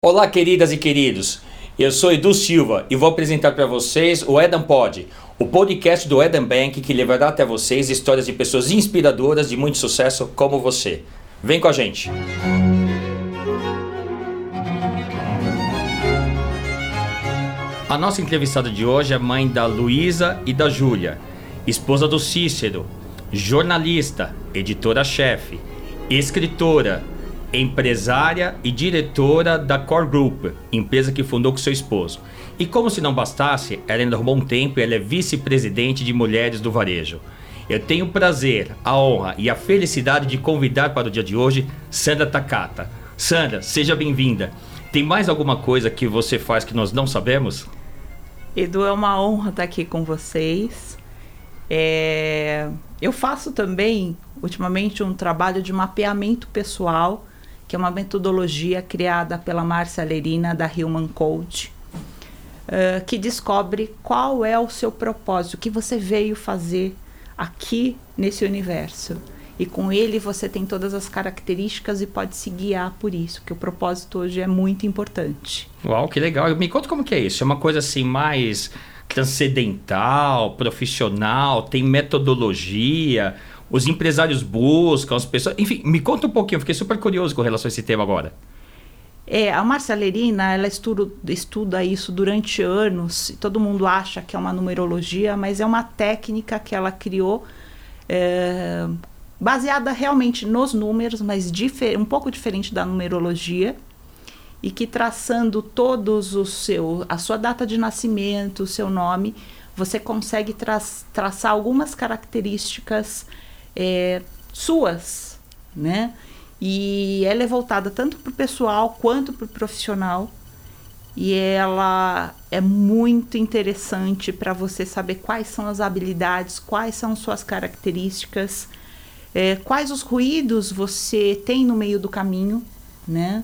Olá, queridas e queridos. Eu sou Edu Silva e vou apresentar para vocês o Eden Pod, o podcast do Eden Bank que levará até vocês histórias de pessoas inspiradoras de muito sucesso como você. Vem com a gente. A nossa entrevistada de hoje é mãe da Luísa e da Júlia, esposa do Cícero, jornalista, editora-chefe, escritora, empresária e diretora da Core Group, empresa que fundou com seu esposo. E como se não bastasse, ela ainda arrumou um tempo e ela é vice-presidente de Mulheres do Varejo. Eu tenho o prazer, a honra e a felicidade de convidar para o dia de hoje Sandra Takata. Sandra, seja bem-vinda. Tem mais alguma coisa que você faz que nós não sabemos? Edu, é uma honra estar aqui com vocês. Eu faço também, ultimamente, um trabalho de mapeamento pessoal, que é uma metodologia criada pela Márcia Lerina, da Human Code, que descobre qual é o seu propósito, o que você veio fazer aqui nesse universo. E com ele você tem todas as características e pode se guiar por isso, porque o propósito hoje é muito importante. Uau, que legal. Me conta como que é isso. É uma coisa assim mais transcendental, profissional, tem metodologia... Os empresários buscam, as pessoas... Enfim, me conta um pouquinho, eu fiquei super curioso com relação a esse tema agora. A Márcia Lerina, ela estuda isso durante anos, e todo mundo acha que é uma numerologia, mas é uma técnica que ela criou, baseada realmente nos números, mas um pouco diferente da numerologia, e que traçando todos a sua data de nascimento, o seu nome, você consegue traçar algumas características suas, né? E ela é voltada tanto para o pessoal quanto para o profissional, e ela é muito interessante para você saber quais são as habilidades, quais são suas características, quais os ruídos você tem no meio do caminho, né?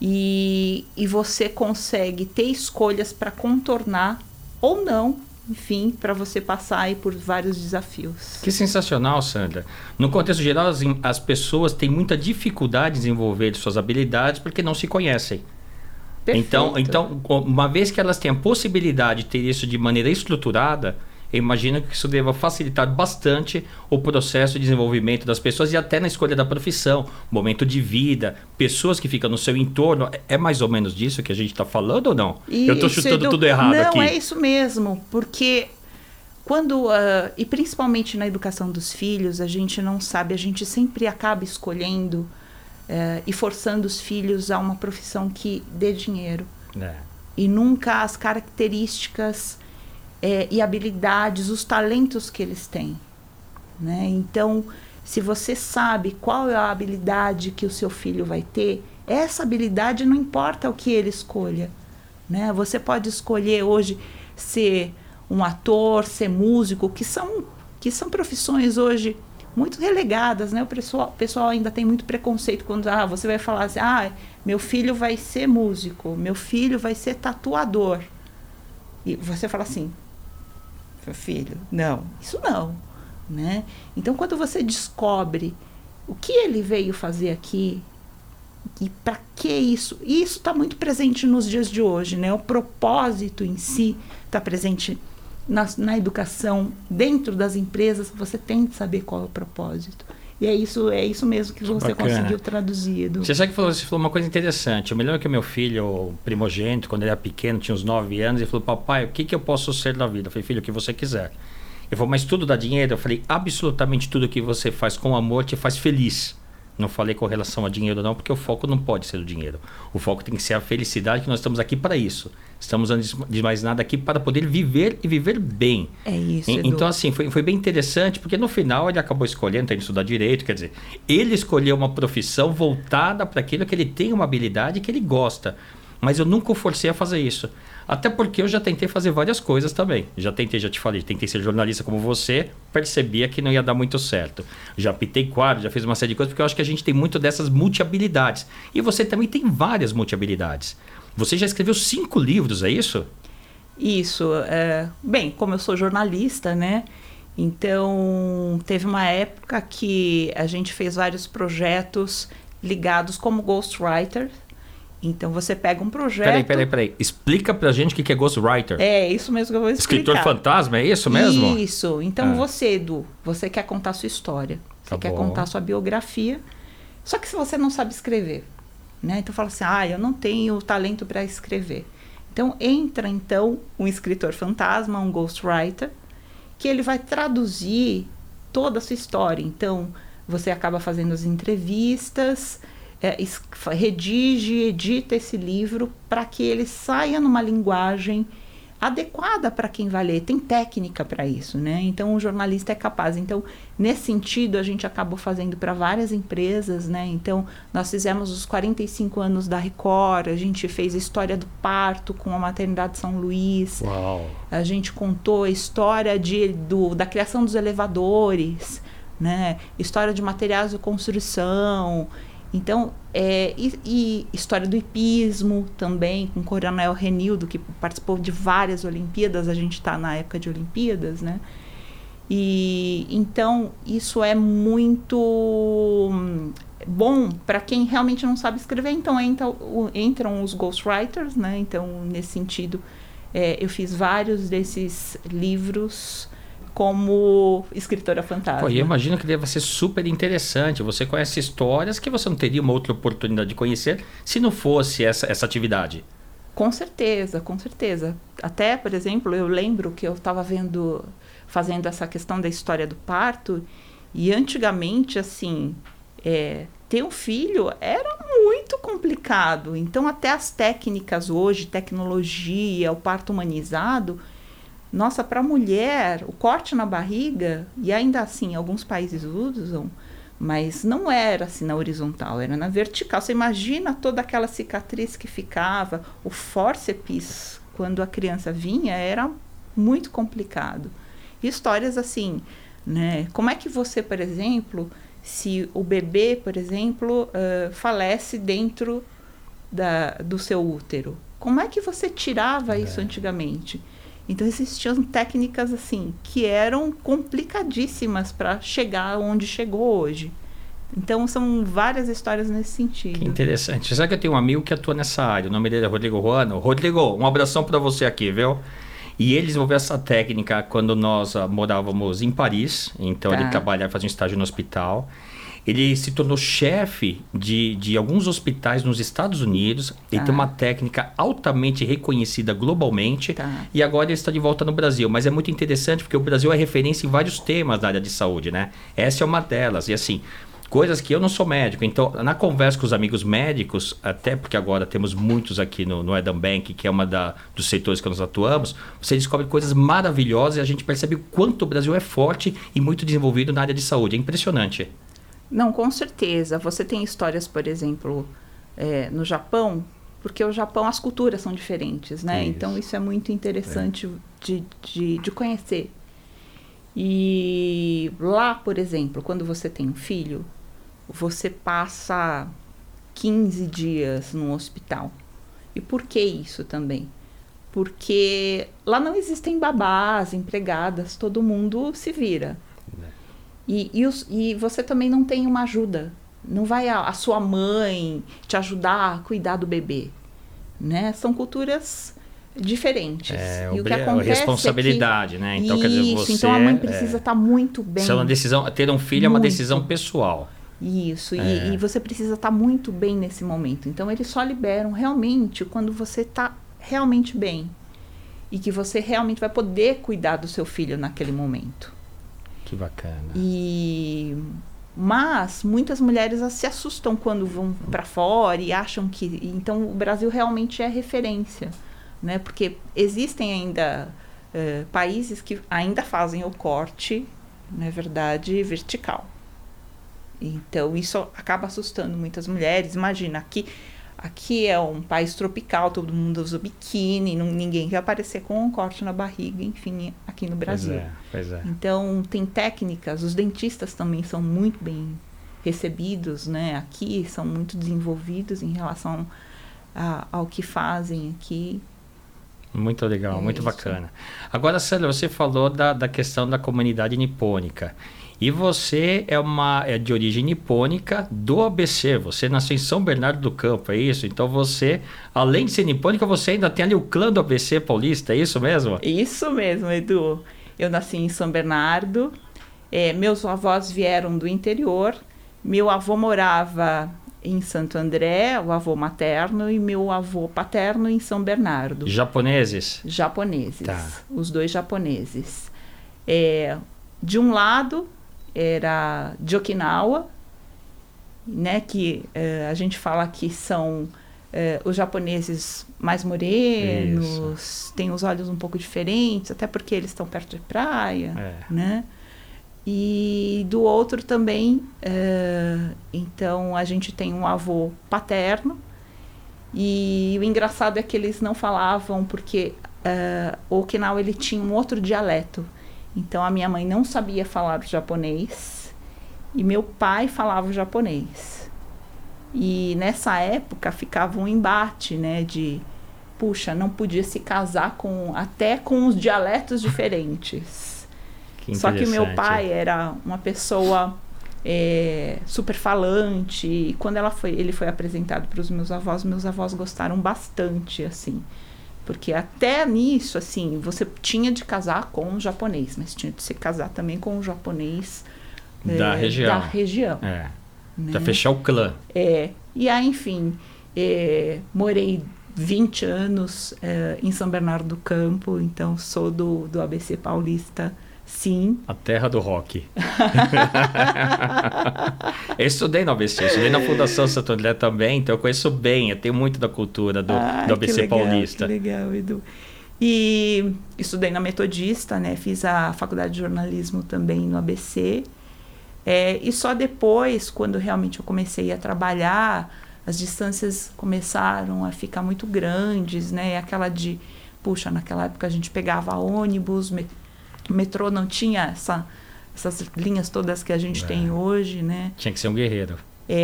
E você consegue ter escolhas para contornar ou não, enfim, para você passar aí por vários desafios. Que sensacional, Sandra. No contexto geral, as pessoas têm muita dificuldade em desenvolver suas habilidades porque não se conhecem. Perfeito. Então, uma vez que elas têm a possibilidade de ter isso de maneira estruturada, eu imagino que isso deva facilitar bastante o processo de desenvolvimento das pessoas e até na escolha da profissão, momento de vida, pessoas que ficam no seu entorno. É mais ou menos disso que a gente está falando ou não? Eu estou chutando tudo errado aqui. Não, é isso mesmo, porque quando, e principalmente na educação dos filhos, a gente não sabe, a gente sempre acaba escolhendo e forçando os filhos a uma profissão que dê dinheiro. E nunca as características... e habilidades, os talentos que eles têm, né? Então, se você sabe qual é a habilidade que o seu filho vai ter, essa habilidade não importa o que ele escolha, né? Você pode escolher hoje ser um ator, ser músico, que são profissões hoje muito relegadas, né? O pessoal ainda tem muito preconceito quando você vai falar assim, meu filho vai ser músico, meu filho vai ser tatuador. E você fala assim, meu filho, não, isso não, né? Então, quando você descobre o que ele veio fazer aqui e para que isso está muito presente nos dias de hoje, né? O propósito em si está presente na educação, dentro das empresas, você tem que saber qual é o propósito. E é isso mesmo que você conseguiu traduzir. Você sabe que você falou uma coisa interessante. Eu me lembro que o meu filho, o primogênito, quando ele era pequeno, tinha uns 9 anos, ele falou, papai, o que eu posso ser na vida? Eu falei, filho, o que você quiser. Ele falou, mas tudo dá dinheiro? Eu falei, absolutamente tudo que você faz com amor te faz feliz. Não falei com relação a dinheiro não, porque o foco não pode ser o dinheiro. O foco tem que ser a felicidade, que nós estamos aqui para isso. Estamos, antes de mais nada, aqui para poder viver e viver bem. É isso, Edu. Então, assim, foi bem interessante, porque no final ele acabou escolhendo, tem que estudar direito, quer dizer, ele escolheu uma profissão voltada para aquilo que ele tem uma habilidade que ele gosta. Mas eu nunca o forcei a fazer isso. Até porque eu já tentei fazer várias coisas também. Já te falei, tentei ser jornalista como você, percebia que não ia dar muito certo. Já pintei quadro, já fiz uma série de coisas, porque eu acho que a gente tem muito dessas multi-habilidades. E você também tem várias multi-habilidades. Você já escreveu 5 livros, é isso? Isso. Bem, como eu sou jornalista, né? Então, teve uma época que a gente fez vários projetos ligados como ghostwriter. Então você pega um projeto... Peraí. Explica pra gente o que é ghostwriter. É isso mesmo que eu vou explicar. Escritor fantasma, é isso mesmo? Isso. Então você, Edu, você quer contar a sua história. Você quer contar a sua biografia. Só que se você não sabe escrever, né? Então fala assim, eu não tenho talento para escrever. Então entra um escritor fantasma, um ghostwriter, que ele vai traduzir toda a sua história. Então você acaba fazendo as entrevistas, redige, edita esse livro para que ele saia numa linguagem adequada para quem vai ler. Tem técnica para isso, né? Então o jornalista é capaz. Então, nesse sentido, a gente acabou fazendo para várias empresas, né? Então, nós fizemos os 45 anos da Record, a gente fez a história do parto com a maternidade São Luís. Uau. A gente contou a história da criação dos elevadores, né? História de materiais de construção. Então, e história do hipismo também, com o Coronel Renildo, que participou de várias Olimpíadas, a gente está na época de Olimpíadas, né? E então, isso é muito bom para quem realmente não sabe escrever. Então, entram os ghostwriters, né? Então, nesse sentido, eu fiz vários desses livros como escritora fantasma. Eu imagino que deve ser super interessante. Você conhece histórias que você não teria uma outra oportunidade de conhecer se não fosse essa atividade. Com certeza. Até, por exemplo, eu lembro que eu estava fazendo essa questão da história do parto, e antigamente, assim, ter um filho era muito complicado. Então, até as técnicas hoje, tecnologia, o parto humanizado... Nossa, para a mulher, o corte na barriga, e ainda assim, alguns países usam, mas não era assim na horizontal, era na vertical. Você imagina toda aquela cicatriz que ficava, o fórceps, quando a criança vinha, era muito complicado. E histórias assim, né? Como é que você, por exemplo, se o bebê, por exemplo, falece dentro do seu útero, como é que você tirava isso antigamente? Então, existiam técnicas assim, que eram complicadíssimas para chegar onde chegou hoje. Então, são várias histórias nesse sentido. Que interessante. Sabe que eu tenho um amigo que atua nessa área, o nome dele é Rodrigo Ruano. Rodrigo, um abração para você aqui, viu? E ele desenvolveu essa técnica quando nós morávamos em Paris. Então, ele trabalhava, fazia um estágio no hospital. Ele se tornou chefe de alguns hospitais nos Estados Unidos. Ele tem uma técnica altamente reconhecida globalmente. E agora ele está de volta no Brasil. Mas é muito interessante porque o Brasil é referência em vários temas da área de saúde, né? Essa é uma delas. E assim, coisas que eu não sou médico. Então, na conversa com os amigos médicos, até porque agora temos muitos aqui no Eden Bank, que é uma dos setores que nós atuamos, você descobre coisas maravilhosas e a gente percebe o quanto o Brasil é forte e muito desenvolvido na área de saúde. É impressionante. Não, com certeza. Você tem histórias, por exemplo, no Japão, porque o Japão, as culturas são diferentes, né? Então, isso é muito interessante de conhecer. E lá, por exemplo, quando você tem um filho, você passa 15 dias no hospital. E por que isso também? Porque lá não existem babás, empregadas, todo mundo se vira. E você também não tem uma ajuda. Não vai a sua mãe te ajudar a cuidar do bebê, né? São culturas diferentes. E o que acontece responsabilidade, né? Então, quer dizer, você... Então, a mãe precisa estar muito bem. Isso é uma decisão, ter um filho é uma decisão pessoal. Isso, e você precisa estar muito bem nesse momento. Então, eles só liberam realmente quando você está realmente bem. E que você realmente vai poder cuidar do seu filho naquele momento. Que bacana. Mas muitas mulheres se assustam quando vão para fora e acham que... Então, o Brasil realmente é referência, né? Porque existem ainda países que ainda fazem o corte, na verdade, vertical. Então, isso acaba assustando muitas mulheres. Imagina, aqui é um país tropical, todo mundo usa biquíni, ninguém quer aparecer com um corte na barriga, enfim, aqui no Brasil. Pois é. Então, tem técnicas, os dentistas também são muito bem recebidos, né? Aqui são muito desenvolvidos em relação ao que fazem aqui. Muito legal, muito bacana. Agora, Sandra, você falou da questão da comunidade nipônica. E você é de origem nipônica do ABC. Você nasceu em São Bernardo do Campo, é isso? Então você, além de ser nipônica, você ainda tem ali o clã do ABC paulista, é isso mesmo? Isso mesmo, Edu. Eu nasci em São Bernardo. Meus avós vieram do interior. Meu avô morava em Santo André, o avô materno, e meu avô paterno em São Bernardo. Japoneses? Japoneses. Tá. Os dois japoneses. De um lado era de Okinawa, né, que a gente fala que são os japoneses mais morenos, isso. Têm os olhos um pouco diferentes, até porque eles estão perto de praia, né? E do outro também, então a gente tem um avô paterno, e o engraçado é que eles não falavam, porque o Okinawa ele tinha um outro dialeto. Então, a minha mãe não sabia falar o japonês e meu pai falava o japonês. E nessa época ficava um embate, né? De, puxa, não podia se casar até com os dialetos diferentes. Só que o meu pai era uma pessoa super falante. E quando ele foi apresentado para os meus avós gostaram bastante, assim. Porque até nisso, assim, você tinha de casar com um japonês, mas tinha de se casar também com um japonês da região. Né? Pra fechar o clã. E aí, enfim, morei 20 anos em São Bernardo do Campo, então sou do ABC paulista, sim. A terra do rock. Eu estudei no ABC, estudei na Fundação Santo André também, então eu conheço bem, eu tenho muito da cultura do ABC paulista. Que legal, Edu. E estudei na Metodista, né? Fiz a faculdade de jornalismo também no ABC. E só depois, quando realmente eu comecei a trabalhar, as distâncias começaram a ficar muito grandes, né? Aquela de, puxa, naquela época a gente pegava ônibus, o metrô não tinha essas linhas todas que a gente tem hoje, né? Tinha que ser um guerreiro.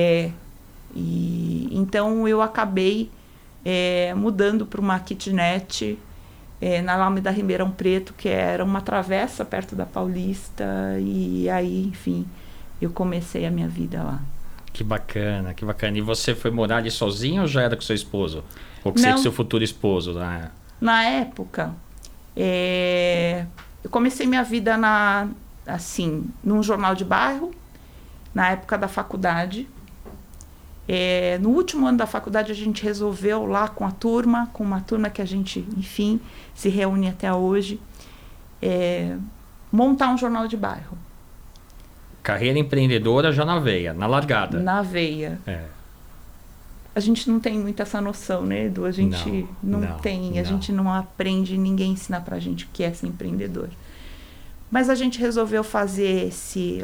E então eu acabei mudando para uma kitnet na Alameda Ribeirão Preto, que era uma travessa perto da Paulista, e aí, enfim, eu comecei a minha vida lá. Que bacana, que bacana. E você foi morar ali sozinho ou já era com seu esposo? Ou com seu futuro esposo? Né? Na época, eu comecei minha vida num jornal de bairro, na época da faculdade. No último ano da faculdade, a gente resolveu lá com uma turma que a gente, enfim, se reúne até hoje, montar um jornal de bairro. Carreira empreendedora já na veia, na largada. Na veia. A gente não tem muito essa noção, né, Edu? A gente não tem, a gente não aprende, ninguém ensina pra gente o que é ser empreendedor. Mas a gente resolveu fazer esse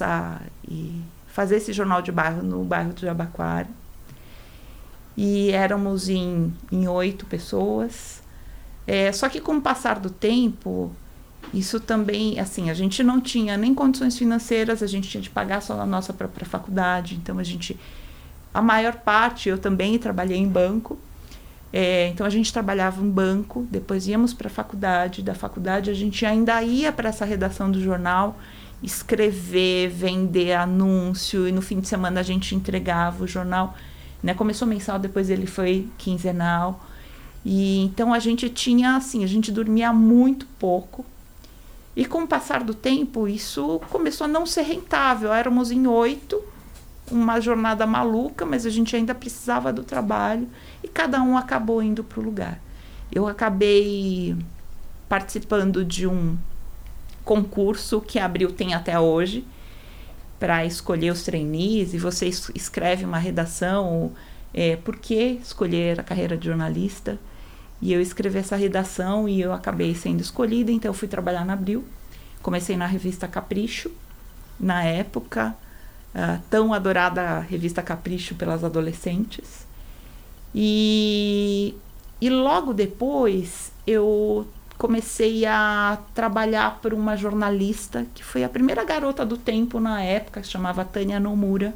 jornal de bairro no bairro do Jabaquara. E éramos em 8 pessoas. Só que com o passar do tempo, isso também, assim, a gente não tinha nem condições financeiras, a gente tinha de pagar só a nossa própria faculdade. Então, a maior parte, eu também trabalhei em banco. Então, a gente trabalhava em banco, depois íamos para a faculdade. Da faculdade, a gente ainda ia para essa redação do jornal, escrever, vender anúncio, e no fim de semana a gente entregava o jornal, né? Começou mensal, depois ele foi quinzenal. E então a gente tinha, assim, a gente dormia muito pouco. E com o passar do tempo, isso começou a não ser rentável. Éramos em 8, uma jornada maluca, mas a gente ainda precisava do trabalho e cada um acabou indo para o lugar. Eu acabei participando de um concurso que a Abril tem até hoje para escolher os trainees, e você escreve uma redação, por que escolher a carreira de jornalista. E eu escrevi essa redação e eu acabei sendo escolhida, então eu fui trabalhar na Abril. Comecei na revista Capricho, na época, tão adorada revista Capricho pelas adolescentes. E logo depois eu comecei a trabalhar por uma jornalista que foi a primeira garota do tempo na época, que se chamava Tânia Nomura.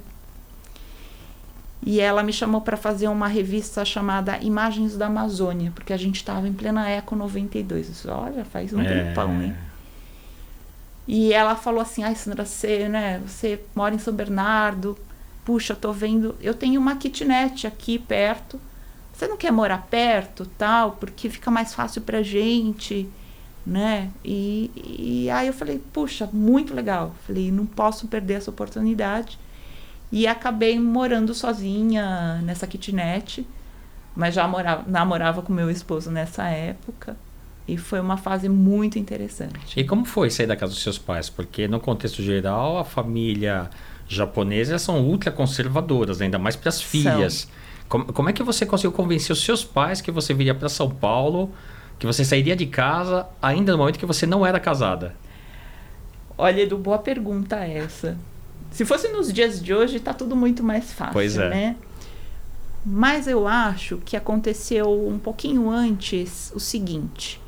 E ela me chamou para fazer uma revista chamada Imagens da Amazônia, porque a gente estava em plena Eco 92. Olha, faz um tempão, hein? E ela falou assim, ai, Sandra, você mora em São Bernardo, puxa, tô vendo, eu tenho uma kitnet aqui perto, você não quer morar perto, tal, porque fica mais fácil pra gente, né? E aí eu falei, puxa, muito legal. Falei, não posso perder essa oportunidade. E acabei morando sozinha nessa kitnet, mas já namorava com meu esposo nessa época. E foi uma fase muito interessante. E como foi sair da casa dos seus pais? Porque no contexto geral, a família japonesa são ultra conservadoras, ainda mais para as filhas. Como é que você conseguiu convencer os seus pais que você viria para São Paulo, que você sairia de casa ainda no momento que você não era casada? Olha, Edu, boa pergunta essa. Se fosse nos dias de hoje, tá tudo muito mais fácil, pois é, né? Mas eu acho que aconteceu um pouquinho antes o seguinte.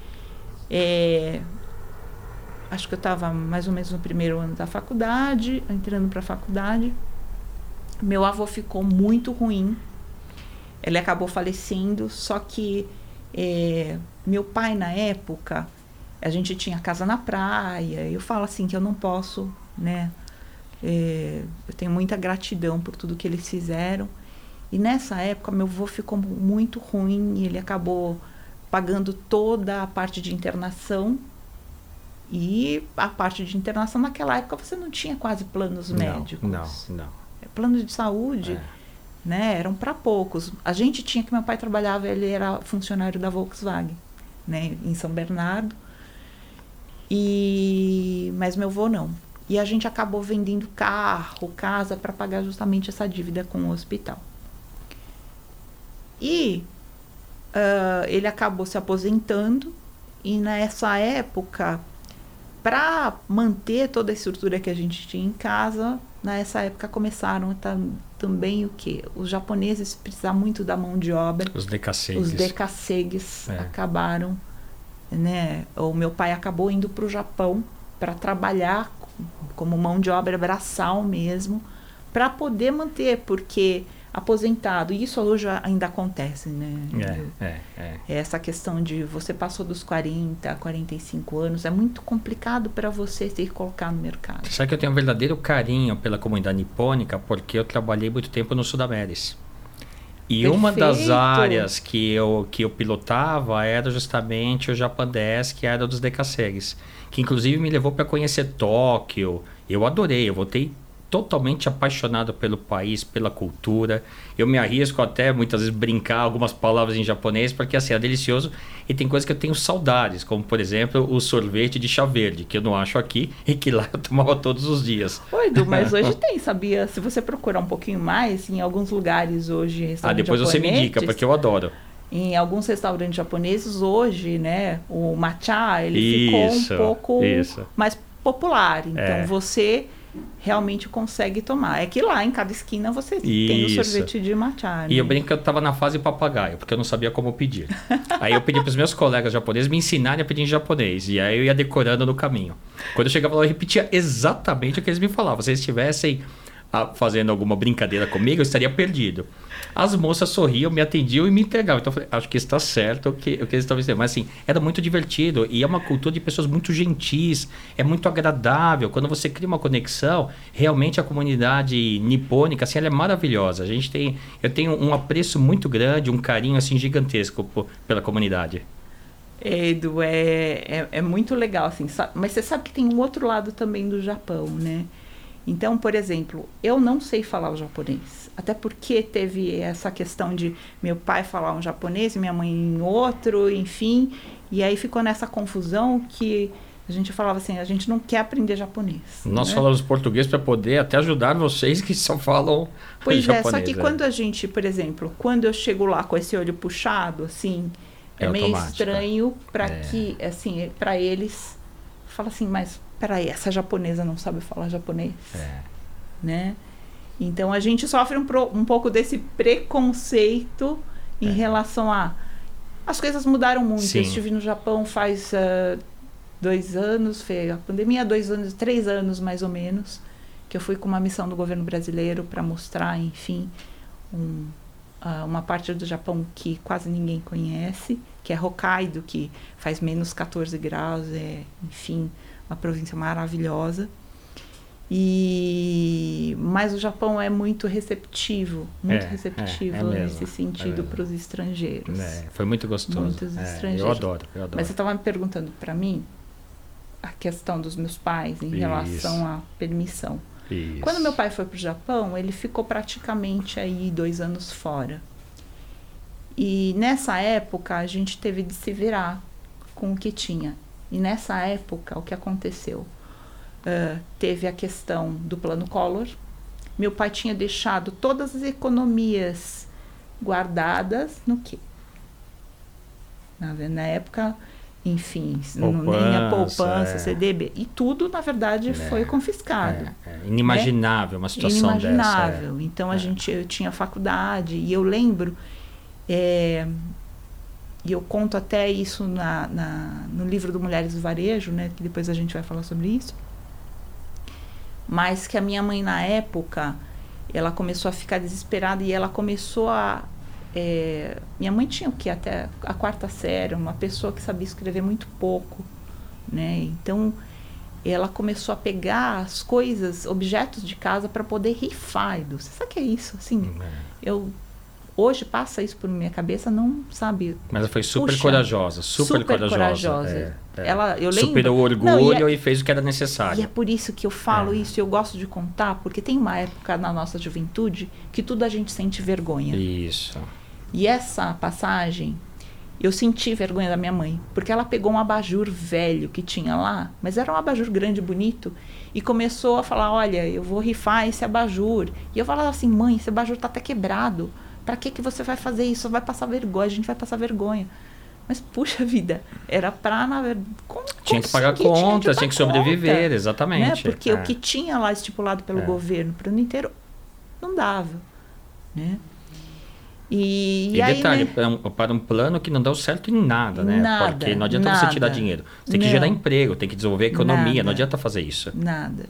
Acho que eu estava mais ou menos no primeiro ano da faculdade, entrando para a faculdade. Meu avô ficou muito ruim. Ele acabou falecendo, só que meu pai, na época, a gente tinha casa na praia. Eu falo assim que eu não posso, né? Eu tenho muita gratidão por tudo que eles fizeram. E nessa época, meu avô ficou muito ruim e ele acabou pagando toda a parte de internação. E a parte de internação, naquela época, você não tinha quase planos médicos. Não. Planos de saúde, né, eram para poucos. A gente tinha, que meu pai trabalhava, ele era funcionário da Volkswagen, né, em São Bernardo. Mas meu avô não. E a gente acabou vendendo carro, casa, para pagar justamente essa dívida com o hospital. E ele acabou se aposentando, e nessa época, para manter toda a estrutura que a gente tinha em casa, nessa época começaram também o quê? Os japoneses precisavam muito da mão de obra. Os dekassegues. Os dekassegues acabaram, né? O meu pai acabou indo para o Japão para trabalhar como mão de obra braçal mesmo, para poder manter, porque aposentado, e isso hoje ainda acontece, né? Essa questão de você passou dos 40, 45 anos, é muito complicado para você se colocar no mercado. Você sabe que eu tenho um verdadeiro carinho pela comunidade nipônica, porque eu trabalhei muito tempo no Sudameris. E Perfeito. Uma das áreas que eu pilotava era justamente o Japandesk, que era dos dekassegues, que inclusive me levou para conhecer Tóquio. Eu adorei, eu voltei totalmente apaixonado pelo país, pela cultura. Eu me arrisco até muitas vezes brincar algumas palavras em japonês, porque assim, é delicioso e tem coisas que eu tenho saudades, como por exemplo o sorvete de chá verde, que eu não acho aqui e que lá eu tomava todos os dias. Oi, Edu, mas hoje tem, sabia? Se você procurar um pouquinho mais, em alguns lugares hoje, depois você me indica, porque eu adoro. Em alguns restaurantes japoneses hoje, né, o matcha, ele ficou um pouco mais popular. Então você realmente consegue tomar. É que lá em cada esquina você tem o sorvete de matcha, né? E eu brinco que eu estava na fase papagaio, porque eu não sabia como pedir. Aí eu pedi para os meus colegas japoneses me ensinarem a pedir em japonês. E aí eu ia decorando no caminho. Quando eu chegava lá, eu repetia exatamente o que eles me falavam. Se eles estivessem fazendo alguma brincadeira comigo, eu estaria perdido. As moças sorriam, me atendiam e me entregavam. Então eu falei, acho que está certo o que eles estavam dizendo. Mas assim, era muito divertido e é uma cultura de pessoas muito gentis, é muito agradável. Quando você cria uma conexão, realmente a comunidade nipônica, assim, ela é maravilhosa. Eu tenho um apreço muito grande, um carinho assim gigantesco pela comunidade. Edu, é muito legal, assim, mas você sabe que tem um outro lado também do Japão, né? Então, por exemplo, eu não sei falar o japonês, até porque teve essa questão de meu pai falar um japonês e minha mãe em outro, enfim, e aí ficou nessa confusão que a gente falava assim, a gente não quer aprender japonês. Nós falamos português para poder até ajudar vocês que só falam japonês. Só que quando a gente, por exemplo, quando eu chego lá com esse olho puxado, assim, é meio estranho para que, assim, para eles, fala assim, mas peraí, essa japonesa não sabe falar japonês, né? Então a gente sofre um pouco desse preconceito em relação as coisas mudaram muito. Sim. Eu estive no Japão faz 2 anos, foi a pandemia, 2 anos, 3 anos mais ou menos, que eu fui com uma missão do governo brasileiro para mostrar, enfim, uma parte do Japão que quase ninguém conhece, que é Hokkaido, que faz menos 14 graus, enfim, uma província maravilhosa. Mas o Japão é muito receptivo nesse sentido para os estrangeiros. Foi muito gostoso. Muitos estrangeiros. Eu adoro. Mas você estava me perguntando para mim a questão dos meus pais em relação à permissão. Isso. Quando meu pai foi para o Japão, ele ficou praticamente aí 2 anos fora. E nessa época a gente teve de se virar com o que tinha. E nessa época o que aconteceu? Teve a questão do plano Collor. Meu pai tinha deixado todas as economias guardadas no quê? Na época, enfim, nem a poupança, CDB. E tudo, na verdade, foi confiscado. Inimaginável uma situação dessa. Inimaginável. Então, eu tinha faculdade. E eu lembro, e eu conto até isso no livro do Mulheres do Varejo, né, que depois a gente vai falar sobre isso. Mas que a minha mãe, na época, ela começou a ficar desesperada e ela começou a... minha mãe tinha o quê? Até a 4ª série, uma pessoa que sabia escrever muito pouco, né? Então, ela começou a pegar as coisas, objetos de casa para poder rifar. Você sabe o que é isso? Assim, hoje passa isso por minha cabeça, não sabe. Mas ela foi super corajosa, super corajosa. Eu lembro, superou o orgulho e fez o que era necessário. E é por isso que eu falo isso, e eu gosto de contar, porque tem uma época na nossa juventude que tudo a gente sente vergonha. Isso. E essa passagem, eu senti vergonha da minha mãe, porque ela pegou um abajur velho que tinha lá, mas era um abajur grande, bonito, e começou a falar, olha, eu vou rifar esse abajur. E eu falava assim, mãe, esse abajur tá até quebrado. Pra que você vai fazer isso? Vai passar vergonha, a gente vai passar vergonha. Mas, puxa vida, era pra, na verdade... Tinha que pagar contas, tinha que sobreviver, exatamente. Né? Porque o que tinha lá estipulado pelo governo para o ano inteiro, não dava. Né? E aí, detalhe, né? para um plano que não deu certo em nada, né? Nada, porque não adianta você tirar dinheiro. Você tem que gerar emprego, tem que desenvolver a economia, não adianta fazer isso. Nada.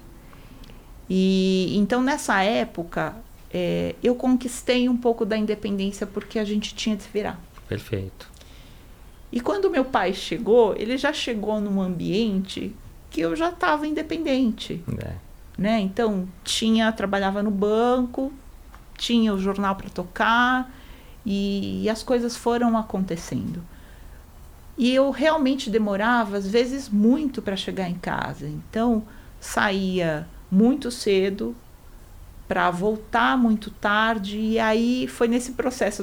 E então, nessa época... eu conquistei um pouco da independência porque a gente tinha de se virar. Perfeito. E quando meu pai chegou, ele já chegou num ambiente que eu já estava independente. Né? Então, trabalhava no banco, tinha o jornal para tocar e as coisas foram acontecendo. E eu realmente demorava, às vezes, muito para chegar em casa. Então, saía muito cedo, para voltar muito tarde, e aí foi nesse processo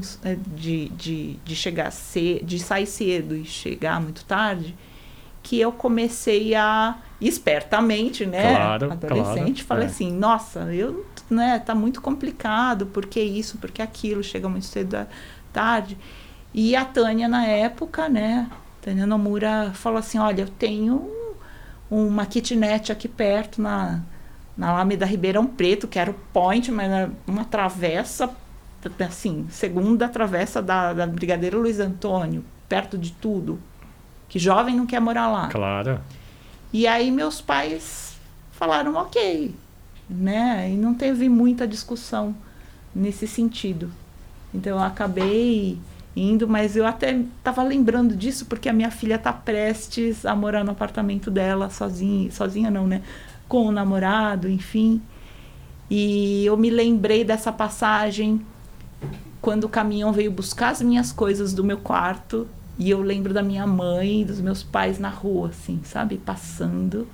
de chegar cedo, de sair cedo e chegar muito tarde, que eu comecei a, espertamente, né, adolescente, falei assim, nossa, tá muito complicado, porque isso, porque aquilo, chega muito cedo da tarde. E a Tânia, na época, né, Tânia Nomura, falou assim, olha, eu tenho uma kitnet aqui perto, na Alameda Ribeirão Preto, que era o point, mas era uma travessa, assim, segunda travessa da Brigadeiro Luiz Antônio, perto de tudo. Que jovem não quer morar lá. Claro. E aí meus pais falaram ok, né? E não teve muita discussão nesse sentido. Então eu acabei indo, mas eu até estava lembrando disso, porque a minha filha está prestes a morar no apartamento dela, sozinha não, né? Com o namorado, enfim. E eu me lembrei dessa passagem quando o caminhão veio buscar as minhas coisas do meu quarto, e eu lembro da minha mãe e dos meus pais na rua, assim, sabe? Passando.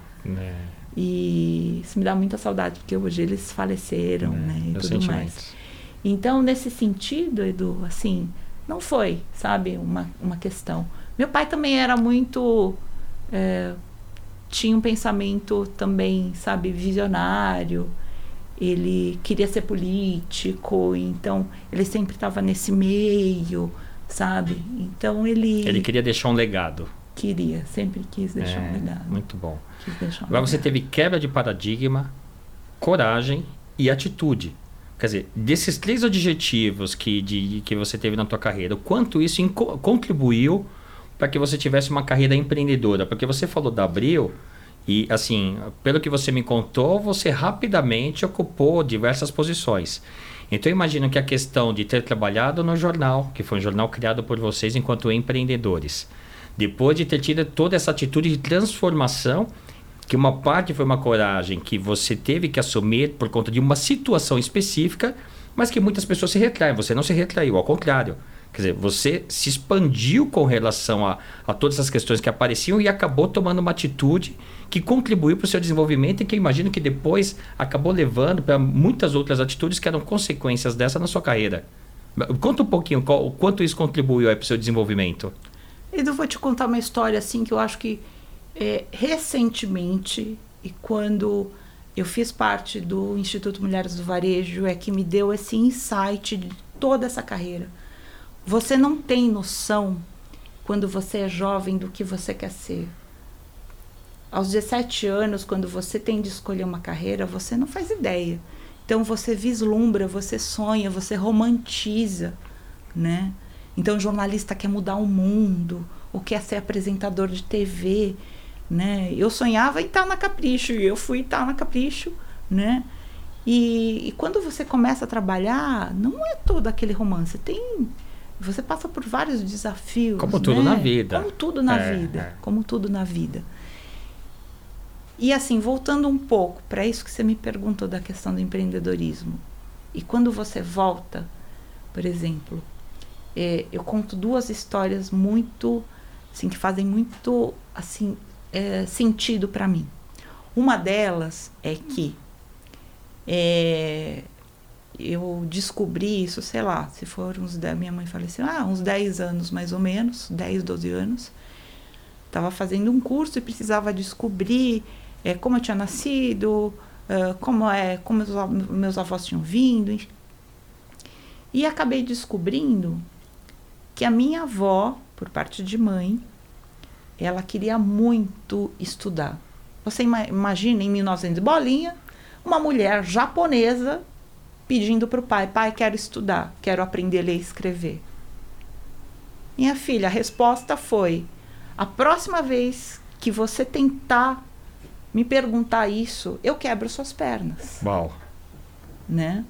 E isso me dá muita saudade, porque hoje eles faleceram, né? E tudo mais. Então, nesse sentido, Edu, assim, não foi, sabe? Uma questão. Meu pai também era muito... tinha um pensamento também, sabe, visionário. Ele queria ser político, então ele sempre estava nesse meio, sabe? Então ele queria deixar um legado. Sempre quis deixar um legado. Muito bom. Agora você teve quebra de paradigma, coragem e atitude. Quer dizer, desses 3 adjetivos que você teve na tua carreira, o quanto isso contribuiu para que você tivesse uma carreira empreendedora? Porque você falou da Abril e, assim, pelo que você me contou, você rapidamente ocupou diversas posições. Então, eu imagino que a questão de ter trabalhado no jornal, que foi um jornal criado por vocês enquanto empreendedores, depois de ter tido toda essa atitude de transformação que uma parte foi uma coragem que você teve que assumir por conta de uma situação específica, mas que muitas pessoas se retraem. Você não se retraiu, ao contrário. Quer dizer, você se expandiu com relação a todas as questões que apareciam e acabou tomando uma atitude que contribuiu para o seu desenvolvimento e que eu imagino que depois acabou levando para muitas outras atitudes que eram consequências dessa na sua carreira. Conta um pouquinho o quanto isso contribuiu para o seu desenvolvimento. Eu vou te contar uma história assim que eu acho que recentemente, e quando eu fiz parte do Instituto Mulheres do Varejo, é que me deu esse insight de toda essa carreira. Você não tem noção, quando você é jovem, do que você quer ser. Aos 17 anos, quando você tem de escolher uma carreira, você não faz ideia. Então você vislumbra, você sonha, você romantiza, né? Então o jornalista quer mudar o mundo, ou quer ser apresentador de TV, né? Eu sonhava em estar na Capricho, e eu fui estar na Capricho, né? E quando você começa a trabalhar, não é todo aquele romance. Você passa por vários desafios. Como tudo na vida. Como tudo na vida. Como tudo na vida. E assim, voltando um pouco para isso que você me perguntou da questão do empreendedorismo. E quando você volta, por exemplo, eu conto duas histórias muito, assim, que fazem muito, assim, sentido para mim. Uma delas é que eu descobri isso, sei lá, se for minha mãe faleceu, uns 10 anos mais ou menos, 10, 12 anos. Estava fazendo um curso e precisava descobrir como eu tinha nascido, como meus avós tinham vindo. E acabei descobrindo que a minha avó, por parte de mãe, ela queria muito estudar. Você imagina, em 1900 bolinha, uma mulher japonesa pedindo para o pai, quero estudar, quero aprender a ler e escrever. Minha filha, a resposta foi, a próxima vez que você tentar me perguntar isso, eu quebro suas pernas. Uau. Né?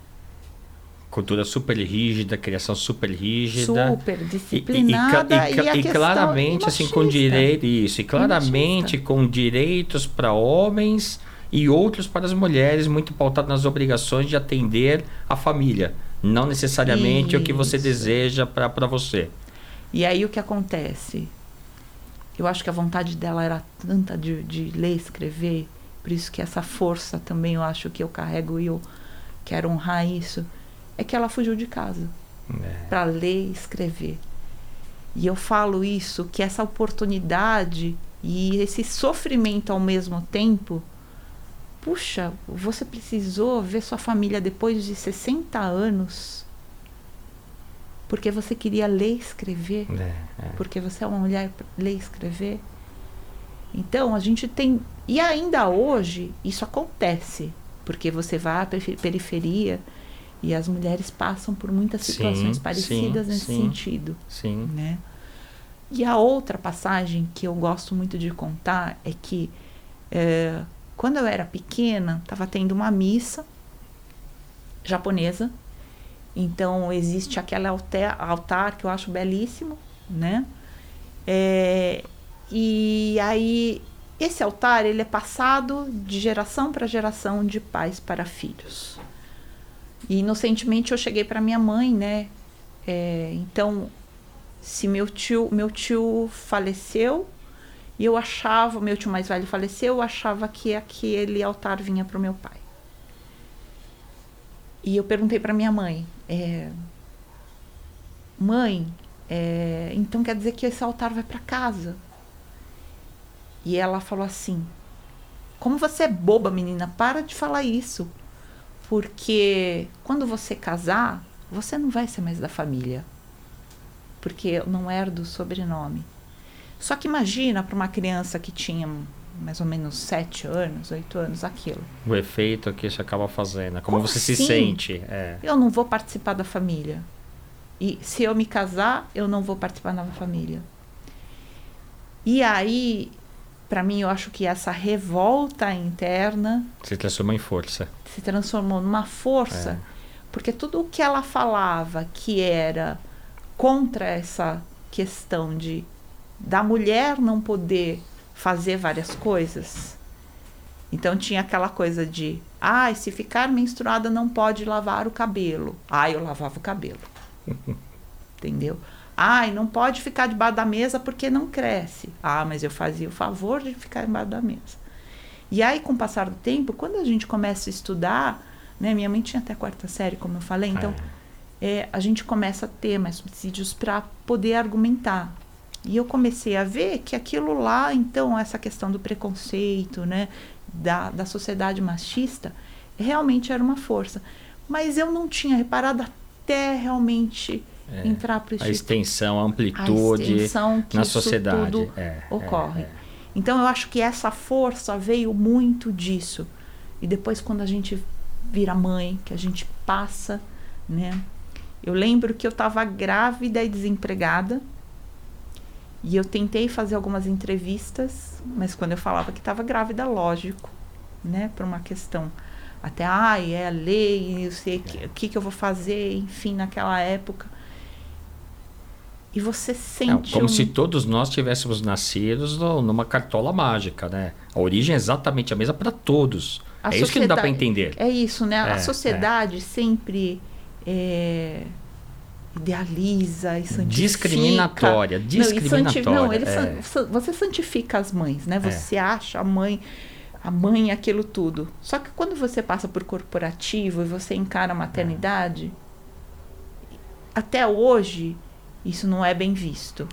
Cultura super rígida, criação super rígida. Super disciplinada. E claramente, assim, com direito. Isso, e claramente com direitos para homens e outros para as mulheres, muito pautado nas obrigações de atender a família. Não necessariamente o que você deseja para você. E aí o que acontece? Eu acho que a vontade dela era tanta de ler e escrever, por isso que essa força também eu acho que eu carrego e eu quero honrar isso, é que ela fugiu de casa para ler e escrever. E eu falo isso, que essa oportunidade e esse sofrimento ao mesmo tempo, puxa, você precisou ver sua família depois de 60 anos porque você queria ler e escrever, porque você é uma mulher ler e escrever. Então, a gente tem... E ainda hoje, isso acontece, porque você vai à periferia e as mulheres passam por muitas situações parecidas nesse sentido. Sim. Né? E a outra passagem que eu gosto muito de contar é que quando eu era pequena, estava tendo uma missa japonesa. Então, existe aquele altar que eu acho belíssimo, né? E aí, esse altar, ele é passado de geração para geração, de pais para filhos. E, inocentemente, eu cheguei para minha mãe, né? Então, se meu tio faleceu, e eu achava, meu tio mais velho faleceu, eu achava que aquele altar vinha para o meu pai. E eu perguntei para minha mãe, mãe, então quer dizer que esse altar vai para casa? E ela falou assim, como você é boba, menina, para de falar isso, porque quando você casar, você não vai ser mais da família, porque eu não herdo o sobrenome. Só que imagina para uma criança que tinha mais ou menos 7 anos, 8 anos, aquilo. O efeito que isso acaba fazendo, como você se sente. Eu não vou participar da família. E se eu me casar, eu não vou participar da família. E aí, para mim, eu acho que essa revolta interna... Se transformou em força. Se transformou numa força. Porque tudo o que ela falava que era contra essa questão da mulher não poder fazer várias coisas, Então tinha aquela coisa de, se ficar menstruada não pode lavar o cabelo. Eu lavava o cabelo. Entendeu? Não pode ficar debaixo da mesa porque não cresce. Mas eu fazia o favor de ficar debaixo da mesa. E aí, com o passar do tempo, quando a gente começa a estudar, né, minha mãe tinha até 4ª série, como eu falei, então a gente começa a ter mais subsídios para poder argumentar. E eu comecei a ver que aquilo lá, então, essa questão do preconceito, né, da sociedade machista, realmente era uma força. Mas eu não tinha reparado até realmente entrar para o Instituto. A extensão, a amplitude na sociedade. Tudo ocorre. Então, eu acho que essa força veio muito disso. E depois, quando a gente vira mãe, que a gente passa, né? Eu lembro que eu estava grávida e desempregada. E eu tentei fazer algumas entrevistas, mas quando eu falava que estava grávida, lógico, né? Por uma questão até, é a lei, eu sei o que eu vou fazer, enfim, naquela época. E você sente... Como se todos nós tivéssemos nascido numa cartola mágica, né? A origem é exatamente a mesma para todos. Isso que não dá para entender. É isso, né? A sociedade sempre... idealiza e santifica. Discriminatória. Você santifica as mães, né? Você acha a mãe aquilo tudo. Só que quando você passa por corporativo e você encara a maternidade, até hoje, isso não é bem visto.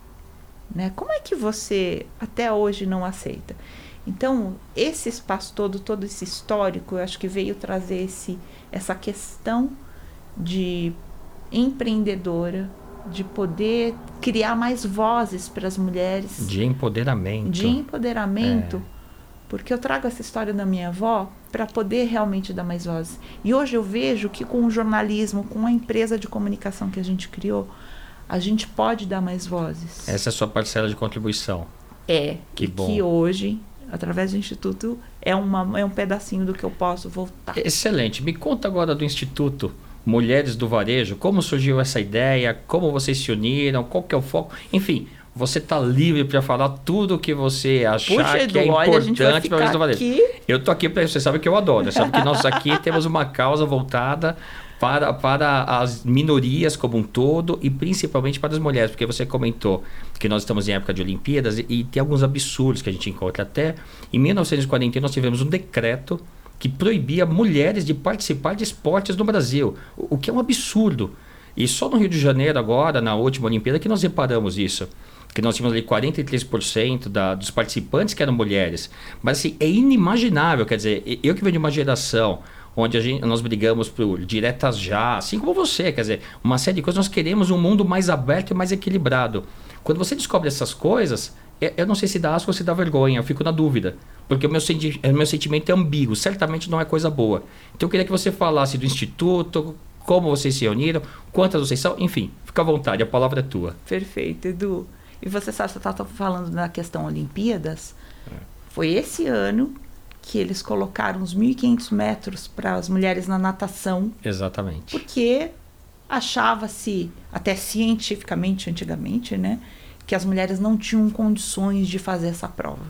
Né? Como é que você até hoje não aceita? Então, esse espaço todo esse histórico, eu acho que veio trazer essa questão de empreendedora, de poder criar mais vozes para as mulheres. De empoderamento. Porque eu trago essa história da minha avó para poder realmente dar mais vozes. E hoje eu vejo que com o jornalismo, com a empresa de comunicação que a gente criou, a gente pode dar mais vozes. Essa é a sua parcela de contribuição. Que bom. Que hoje, através do Instituto, é um pedacinho do que eu posso voltar. Excelente. Me conta agora do Instituto Mulheres do Varejo, como surgiu essa ideia, como vocês se uniram, qual que é o foco, enfim, você está livre para falar tudo o que você achar que é importante para Mulheres do Varejo. Eu estou aqui para você sabe que eu adoro, sabe que nós aqui temos uma causa voltada para as minorias como um todo e principalmente para as mulheres, porque você comentou que nós estamos em época de Olimpíadas e tem alguns absurdos que a gente encontra. Até em 1941 nós tivemos um decreto que proibia mulheres de participar de esportes no Brasil, o que é um absurdo. E só no Rio de Janeiro agora, na última Olimpíada, que nós reparamos isso. Que nós tínhamos ali 43% dos participantes que eram mulheres. Mas assim, é inimaginável, quer dizer, eu que venho de uma geração onde nós brigamos por diretas já, assim como você, quer dizer, uma série de coisas, nós queremos um mundo mais aberto e mais equilibrado. Quando você descobre essas coisas, eu não sei se dá asco ou se dá vergonha, eu fico na dúvida. Porque o meu sentimento é ambíguo, certamente não é coisa boa. Então eu queria que você falasse do Instituto, como vocês se reuniram, quantas vocês são, enfim, fica à vontade, a palavra é tua. Perfeito, Edu. E você sabe, você estava falando da questão Olimpíadas, foi esse ano que eles colocaram os 1.500 metros para as mulheres na natação. Exatamente. Porque achava-se, até cientificamente antigamente, né, que as mulheres não tinham condições de fazer essa prova.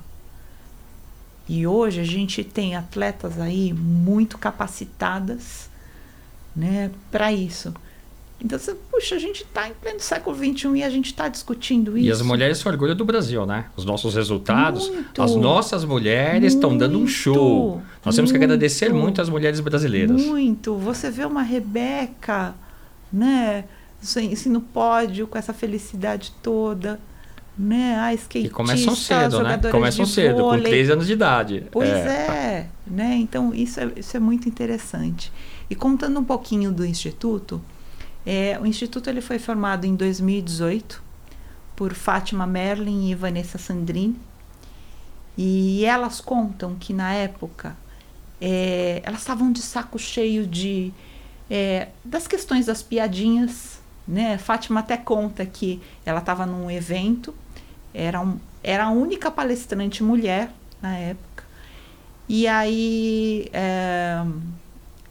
E hoje a gente tem atletas aí muito capacitadas, né, para isso. Então, puxa, a gente está em pleno século XXI e a gente está discutindo isso. E as mulheres são orgulho do Brasil, né? Os nossos resultados, as nossas mulheres estão dando um show. Nós temos que agradecer muito às mulheres brasileiras. Muito. Você vê uma Rebeca, né? Assim, no pódio, com essa felicidade toda, né? A skatista, e começam cedo, né? Começam cedo, com 13 anos de idade. Pois né? Então, isso é muito interessante. E contando um pouquinho do Instituto... o Instituto ele foi formado em 2018 por Fátima Merlin e Vanessa Sandrini. E elas contam que na época elas estavam de saco cheio das questões das piadinhas, né? Fátima até conta que ela estava num evento, era a única palestrante mulher na época. E aí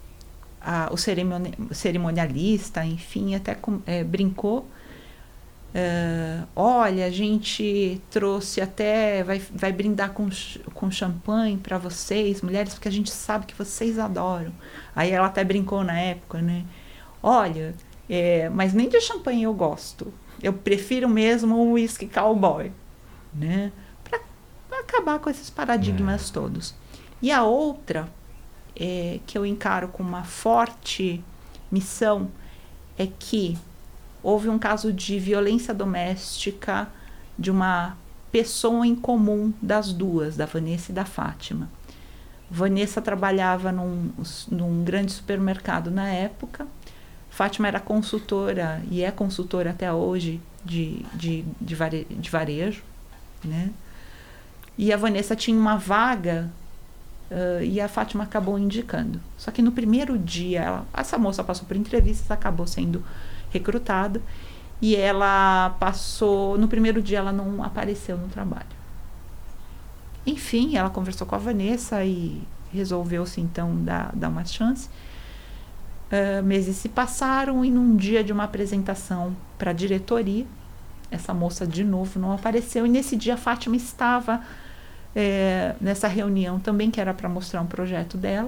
o cerimonialista, enfim, até brincou. Olha, a gente trouxe até, vai brindar com champanhe para vocês, mulheres, porque a gente sabe que vocês adoram. Aí ela até brincou na época, né? Olha, mas nem de champanhe eu gosto. Eu prefiro mesmo o whisky cowboy, né? Para acabar com esses paradigmas todos. E a outra, que eu encaro com uma forte missão, é que houve um caso de violência doméstica de uma pessoa em comum das duas, da Vanessa e da Fátima. Vanessa trabalhava num grande supermercado na época. Fátima era consultora e é consultora até hoje de varejo, né? E a Vanessa tinha uma vaga e a Fátima acabou indicando. Só que no primeiro dia, essa moça passou por entrevistas, acabou sendo recrutada, e ela passou, no primeiro dia ela não apareceu no trabalho. Enfim, ela conversou com a Vanessa e resolveu-se então dar uma chance. Meses se passaram e num dia de uma apresentação para a diretoria, essa moça de novo não apareceu, e nesse dia a Fátima estava nessa reunião também, que era para mostrar um projeto dela.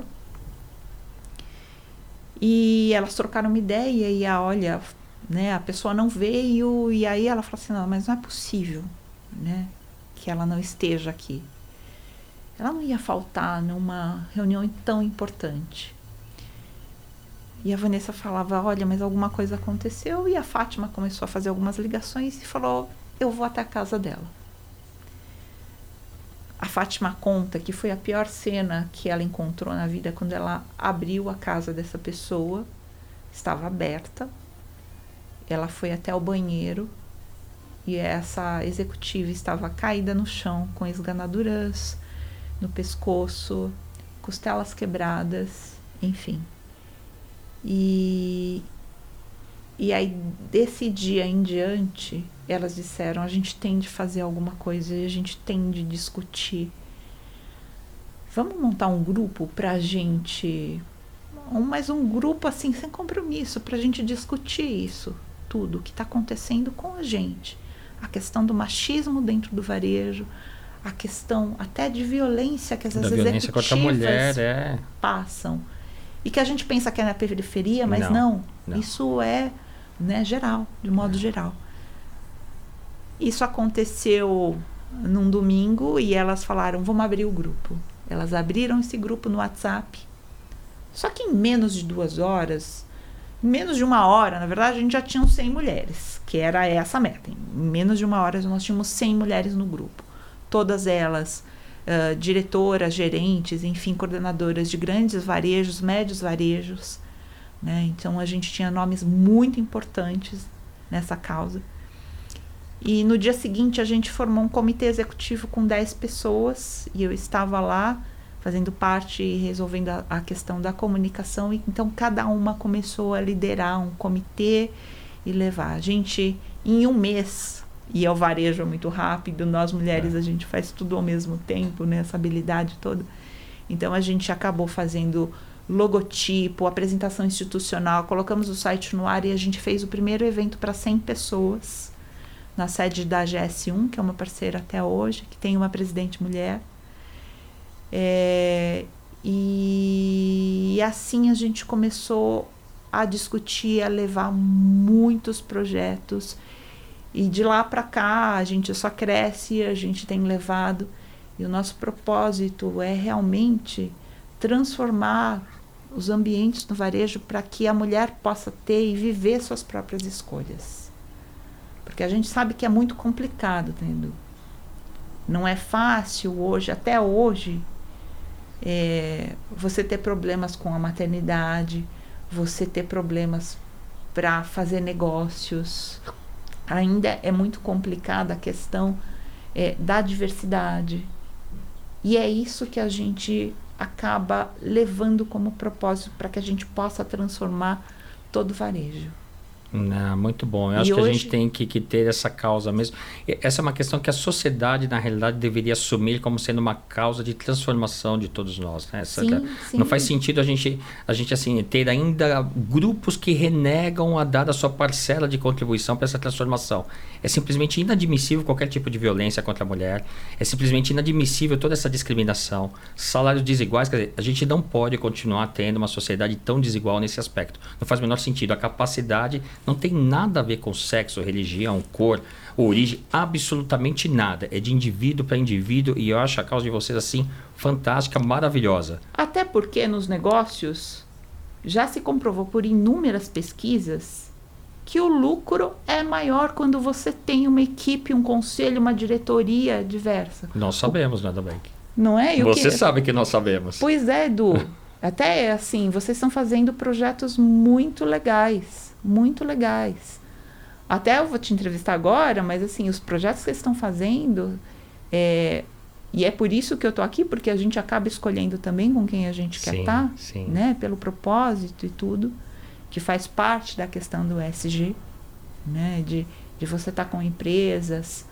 E elas trocaram uma ideia e a pessoa não veio, e aí ela falou assim, não, mas não é possível, né, que ela não esteja aqui. Ela não ia faltar numa reunião tão importante. E a Vanessa falava, olha, mas alguma coisa aconteceu, e a Fátima começou a fazer algumas ligações e falou, eu vou até a casa dela. A Fátima conta que foi a pior cena que ela encontrou na vida quando ela abriu a casa dessa pessoa. Estava aberta. Ela foi até o banheiro e essa executiva estava caída no chão com esganaduras no pescoço, costelas quebradas, enfim. E aí, desse dia em diante, elas disseram, a gente tem de fazer alguma coisa e a gente tem de discutir. Vamos montar um grupo pra gente, mas um grupo assim, sem compromisso, pra gente discutir isso, tudo que tá acontecendo com a gente. A questão do machismo dentro do varejo, a questão até de violência que as executivas contra a mulher, passam. E que a gente pensa que é na periferia, mas não. Isso é, né, geral, de modo geral. Isso aconteceu num domingo e elas falaram, vamos abrir o grupo. Elas abriram esse grupo no WhatsApp. Só que em menos de 2 horas, em menos de 1 hora, na verdade, a gente já tinha 100 mulheres, que era essa a meta. Em menos de 1 hora, nós tínhamos 100 mulheres no grupo. Todas elas diretoras, gerentes, enfim, coordenadoras de grandes varejos, médios varejos, né? Então, a gente tinha nomes muito importantes nessa causa. E no dia seguinte, a gente formou um comitê executivo com 10 pessoas, e eu estava lá, fazendo parte e resolvendo a questão da comunicação, e então cada uma começou a liderar um comitê e levar. A gente, em 1 mês, e o varejo é muito rápido, nós mulheres a gente faz tudo ao mesmo tempo, né, essa habilidade toda. Então a gente acabou fazendo logotipo, apresentação institucional, colocamos o site no ar e a gente fez o primeiro evento para 100 pessoas na sede da GS1, que é uma parceira até hoje, que tem uma presidente mulher. E assim a gente começou a discutir, a levar muitos projetos. E de lá para cá, a gente só cresce, a gente tem levado. E o nosso propósito é realmente transformar os ambientes no varejo para que a mulher possa ter e viver suas próprias escolhas. Porque a gente sabe que é muito complicado, entendeu? Não é fácil hoje, até hoje, você ter problemas com a maternidade, você ter problemas para fazer negócios. Ainda é muito complicada a questão da diversidade. E é isso que a gente acaba levando como propósito para que a gente possa transformar todo o varejo. Muito bom. Eu acho que a gente tem que ter essa causa mesmo. Essa é uma questão que a sociedade, na realidade, deveria assumir como sendo uma causa de transformação de todos nós. Né? Sim. Não faz sentido a gente assim, ter ainda grupos que renegam a dar a sua parcela de contribuição para essa transformação. É simplesmente inadmissível qualquer tipo de violência contra a mulher. É simplesmente inadmissível toda essa discriminação. Salários desiguais. Quer dizer, a gente não pode continuar tendo uma sociedade tão desigual nesse aspecto. Não faz o menor sentido. A capacidade não tem nada a ver com sexo, religião, cor, origem. Absolutamente nada. É de indivíduo para indivíduo. E eu acho a causa de vocês assim fantástica, maravilhosa. Até porque nos negócios já se comprovou por inúmeras pesquisas que o lucro é maior quando você tem uma equipe, um conselho, uma diretoria diversa. Nós sabemos, nada bem. Não é? Você sabe que nós sabemos. Pois é, Edu. Até assim, vocês estão fazendo projetos muito legais. Muito legais. Até eu vou te entrevistar agora, mas assim, os projetos que vocês estão fazendo... E é por isso que eu estou aqui, porque a gente acaba escolhendo também com quem a gente quer estar, né? Pelo propósito e tudo, que faz parte da questão do ESG, né? De você estar com empresas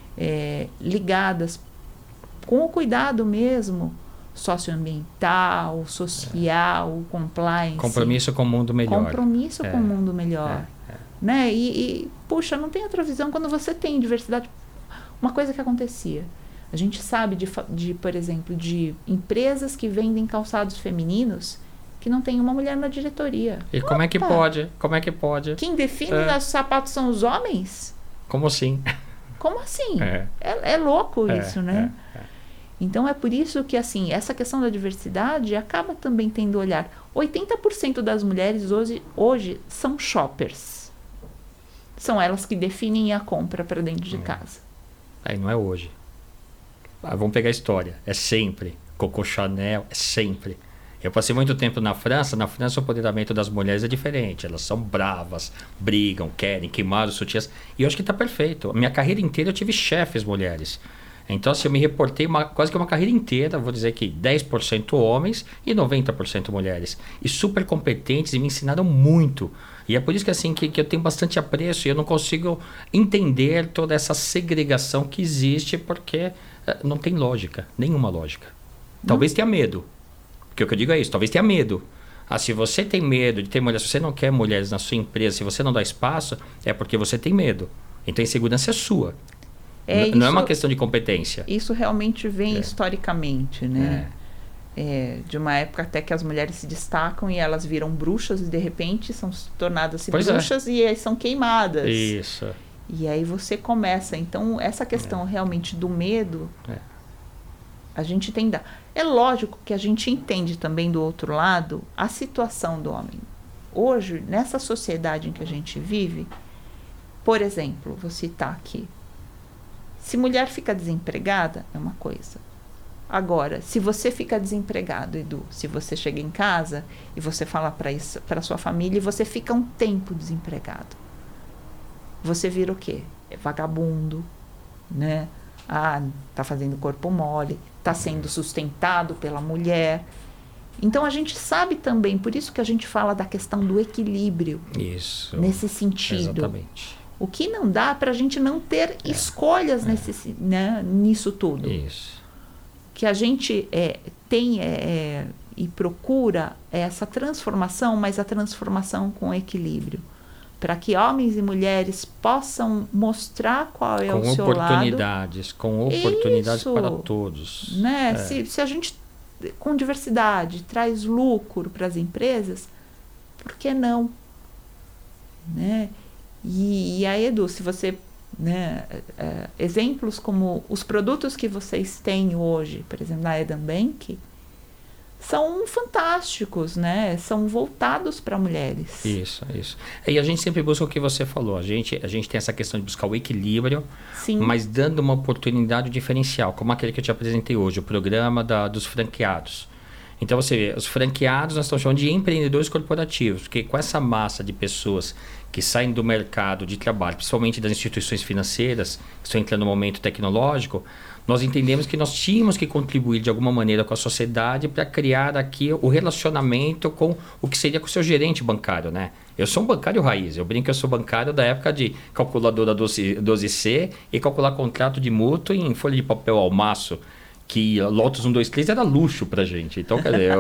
ligadas com o cuidado mesmo, socioambiental, social, compliance. Compromisso com o mundo melhor. Compromisso com o mundo melhor. Né? Puxa, não tem outra visão quando você tem diversidade. Uma coisa que acontecia... A gente sabe, por exemplo, de empresas que vendem calçados femininos que não tem uma mulher na diretoria. E como é que pode? Como é que pode? Quem define os sapatos são os homens? Como assim? Como assim? É louco isso, né? Então, é por isso que, assim, essa questão da diversidade acaba também tendo olhar. 80% das mulheres hoje são shoppers. São elas que definem a compra para dentro de casa. Aí não é hoje. Vamos pegar a história. É sempre. Coco Chanel, é sempre. Eu passei muito tempo na França. Na França o empoderamento das mulheres é diferente. Elas são bravas, brigam, querem queimar os sutiãs. E eu acho que está perfeito. Minha carreira inteira eu tive chefes mulheres. Então, assim, eu me reportei quase que uma carreira inteira, vou dizer que 10% homens e 90% mulheres. E super competentes e me ensinaram muito. E é por isso que, assim, que eu tenho bastante apreço e eu não consigo entender toda essa segregação que existe porque não tem lógica, nenhuma lógica. Talvez tenha medo. Porque o que eu digo é isso, talvez tenha medo. Se você tem medo de ter mulheres, se você não quer mulheres na sua empresa, se você não dá espaço, é porque você tem medo. Então a insegurança é sua. Não é uma questão de competência. Isso realmente vem historicamente, né? De uma época até que as mulheres se destacam e elas viram bruxas e de repente são tornadas bruxas e aí são queimadas. Isso. E aí você começa. Então, essa questão realmente do medo, a gente tem... É lógico que a gente entende também do outro lado a situação do homem. Hoje, nessa sociedade em que a gente vive, por exemplo, vou citar aqui, se mulher fica desempregada, é uma coisa. Agora, se você fica desempregado, Edu, se você chega em casa e você fala para sua família e você fica um tempo desempregado, você vira o quê? É vagabundo, né? Tá fazendo corpo mole, tá sendo sustentado pela mulher. Então a gente sabe também, por isso que a gente fala da questão do equilíbrio. Isso. Nesse sentido. Exatamente. O que não dá para a gente não ter escolhas nisso tudo. Isso. Que a gente tem e procura essa transformação, mas a transformação com equilíbrio. Para que homens e mulheres possam mostrar qual é o seu lado. Com oportunidades para todos. Né? Se a gente, com diversidade, traz lucro para as empresas, por que não? Né? E aí, Edu, se você... exemplos como os produtos que vocês têm hoje, por exemplo, na Eden Bank, são fantásticos, né? São voltados para mulheres. Isso. E a gente sempre busca o que você falou. A gente tem essa questão de buscar o equilíbrio, mas dando uma oportunidade diferencial, como aquele que eu te apresentei hoje, o programa dos franqueados. Então, você vê, os franqueados nós estamos chamando de empreendedores corporativos, porque com essa massa de pessoas que saem do mercado de trabalho, principalmente das instituições financeiras, que estão entrando no momento tecnológico, nós entendemos que nós tínhamos que contribuir de alguma maneira com a sociedade para criar aqui o relacionamento com o que seria com o seu gerente bancário, né? Eu sou um bancário raiz, eu brinco que eu sou bancário da época de calculadora 12C e calcular contrato de mútuo em folha de papel ao maço, que Lotus 1, 2, 3 era luxo pra gente. Então, quer dizer,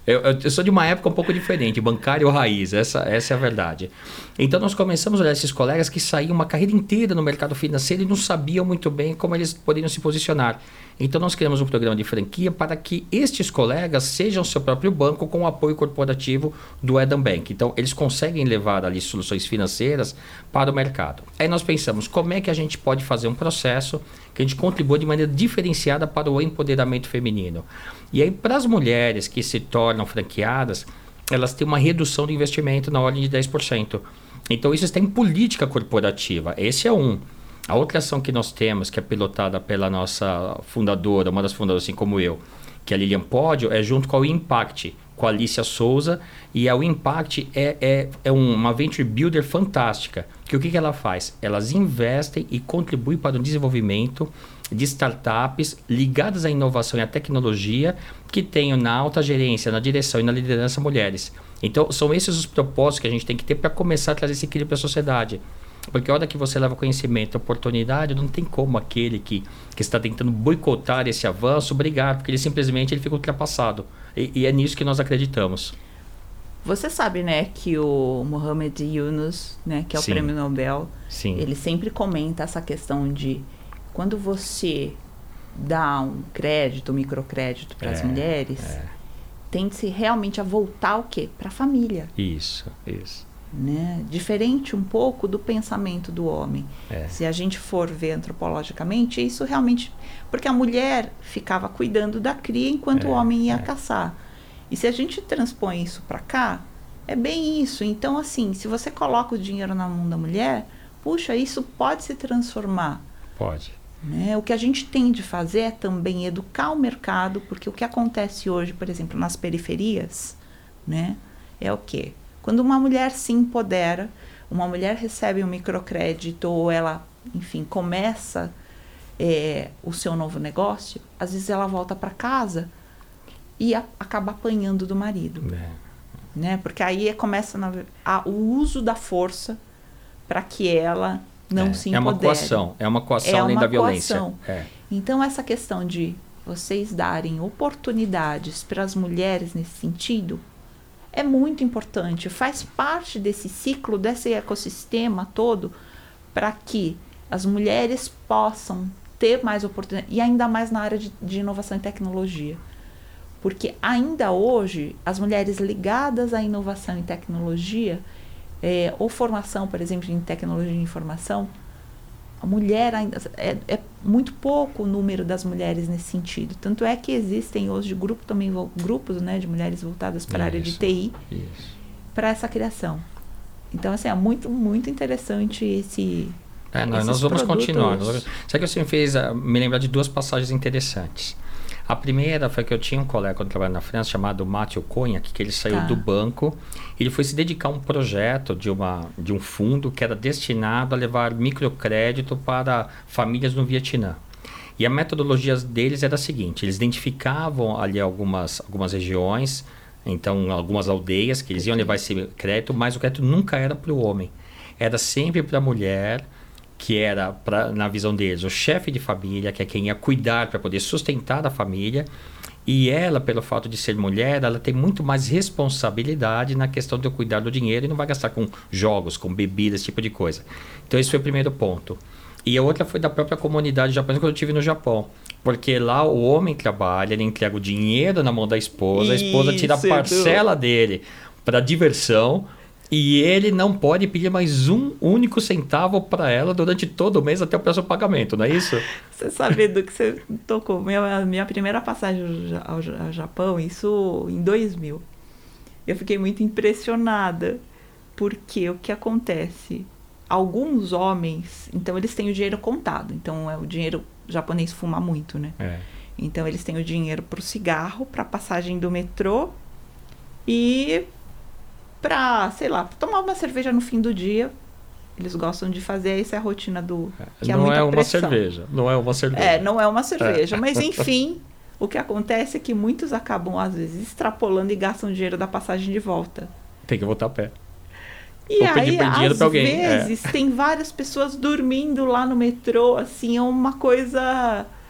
Eu sou de uma época um pouco diferente, bancário raiz, essa é a verdade. Então nós começamos a olhar esses colegas que saíam uma carreira inteira no mercado financeiro e não sabiam muito bem como eles poderiam se posicionar. Então nós criamos um programa de franquia para que estes colegas sejam seu próprio banco com o apoio corporativo do Eden Bank. Então eles conseguem levar ali soluções financeiras para o mercado. Aí nós pensamos como é que a gente pode fazer um processo que a gente contribua de maneira diferenciada para o empoderamento feminino. E aí para as mulheres que se tornam franqueadas, elas têm uma redução de investimento na ordem de 10%. Então isso está em política corporativa. Esse é um. A outra ação que nós temos, que é pilotada pela nossa fundadora, uma das fundadoras assim como eu, que é a Lilian Pódio, é junto com a Impact, com a Alicia Souza. E a Impact é uma venture builder fantástica. Porque o que ela faz? Elas investem e contribuem para o desenvolvimento de startups ligadas à inovação e à tecnologia que tenham na alta gerência, na direção e na liderança mulheres. Então, são esses os propósitos que a gente tem que ter para começar a trazer esse equilíbrio para a sociedade. Porque a hora que você leva conhecimento, oportunidade, não tem como aquele que está tentando boicotar esse avanço brigar, porque ele simplesmente fica ultrapassado. E é nisso que nós acreditamos. Você sabe, né, que o Mohamed Yunus, né, que é o prêmio Nobel, ele sempre comenta essa questão de quando você dá um crédito, um microcrédito para as mulheres, tende-se realmente a voltar o quê? Para a família. Isso. Né? Diferente um pouco do pensamento do homem. Se a gente for ver antropologicamente, isso realmente... Porque a mulher ficava cuidando da cria enquanto o homem ia caçar. E se a gente transpõe isso para cá, é bem isso. Então, assim, se você coloca o dinheiro na mão da mulher, puxa, isso pode se transformar. Pode. Né? O que a gente tem de fazer é também educar o mercado, porque o que acontece hoje, por exemplo, nas periferias, né, é o quê? Quando uma mulher se empodera, uma mulher recebe um microcrédito ou ela, enfim, começa o seu novo negócio, às vezes ela volta para casa e acaba apanhando do marido. Né? Porque aí começa o uso da força para que ela não se empodere. É uma coação além da violência. Então, essa questão de vocês darem oportunidades para as mulheres nesse sentido é muito importante, faz parte desse ciclo, desse ecossistema todo, para que as mulheres possam ter mais oportunidades, e ainda mais na área de inovação e tecnologia. Porque ainda hoje, as mulheres ligadas à inovação e tecnologia, ou formação, por exemplo, em tecnologia de informação, a mulher ainda é muito pouco o número das mulheres nesse sentido. Tanto é que existem hoje grupos, né, de mulheres voltadas para a área de TI para essa criação. Então, assim, é muito, muito interessante nós vamos continuar. Sabe que você me fez me lembrar de duas passagens interessantes. A primeira foi que eu tinha um colega quando eu trabalhava na França chamado Mathieu Cognac, que ele saiu do banco e ele foi se dedicar a um projeto de um fundo que era destinado a levar microcrédito para famílias no Vietnã. E a metodologia deles era a seguinte: eles identificavam ali algumas regiões, então algumas aldeias que eles iam levar esse crédito, mas o crédito nunca era para o homem, era sempre para a mulher, que era, na visão deles, o chefe de família, que é quem ia cuidar para poder sustentar a família. E ela, pelo fato de ser mulher, ela tem muito mais responsabilidade na questão de cuidar do dinheiro e não vai gastar com jogos, com bebidas, esse tipo de coisa. Então, esse foi o primeiro ponto. E a outra foi da própria comunidade japonesa que eu tive no Japão. Porque lá o homem trabalha, ele entrega o dinheiro na mão da esposa, a esposa tira a parcela dele para diversão, e ele não pode pedir mais um único centavo para ela durante todo o mês até o próximo pagamento, não é isso? Você sabe do que você tocou. Minha primeira passagem ao Japão, isso em 2000. Eu fiquei muito impressionada, porque o que acontece? Alguns homens, então eles têm o dinheiro contado. Então o dinheiro japonês fuma muito, né? Então eles têm o dinheiro para o cigarro, para a passagem do metrô e para, sei lá, tomar uma cerveja no fim do dia. Eles gostam de fazer, essa é a rotina do... Que não é uma pressão. cerveja. Não é uma cerveja. Não é uma cerveja. Mas, enfim, o que acontece é que muitos acabam, às vezes, extrapolando e gastam dinheiro da passagem de volta. Tem que voltar a pé. E aí, às vezes, tem várias pessoas dormindo lá no metrô, assim, é uma coisa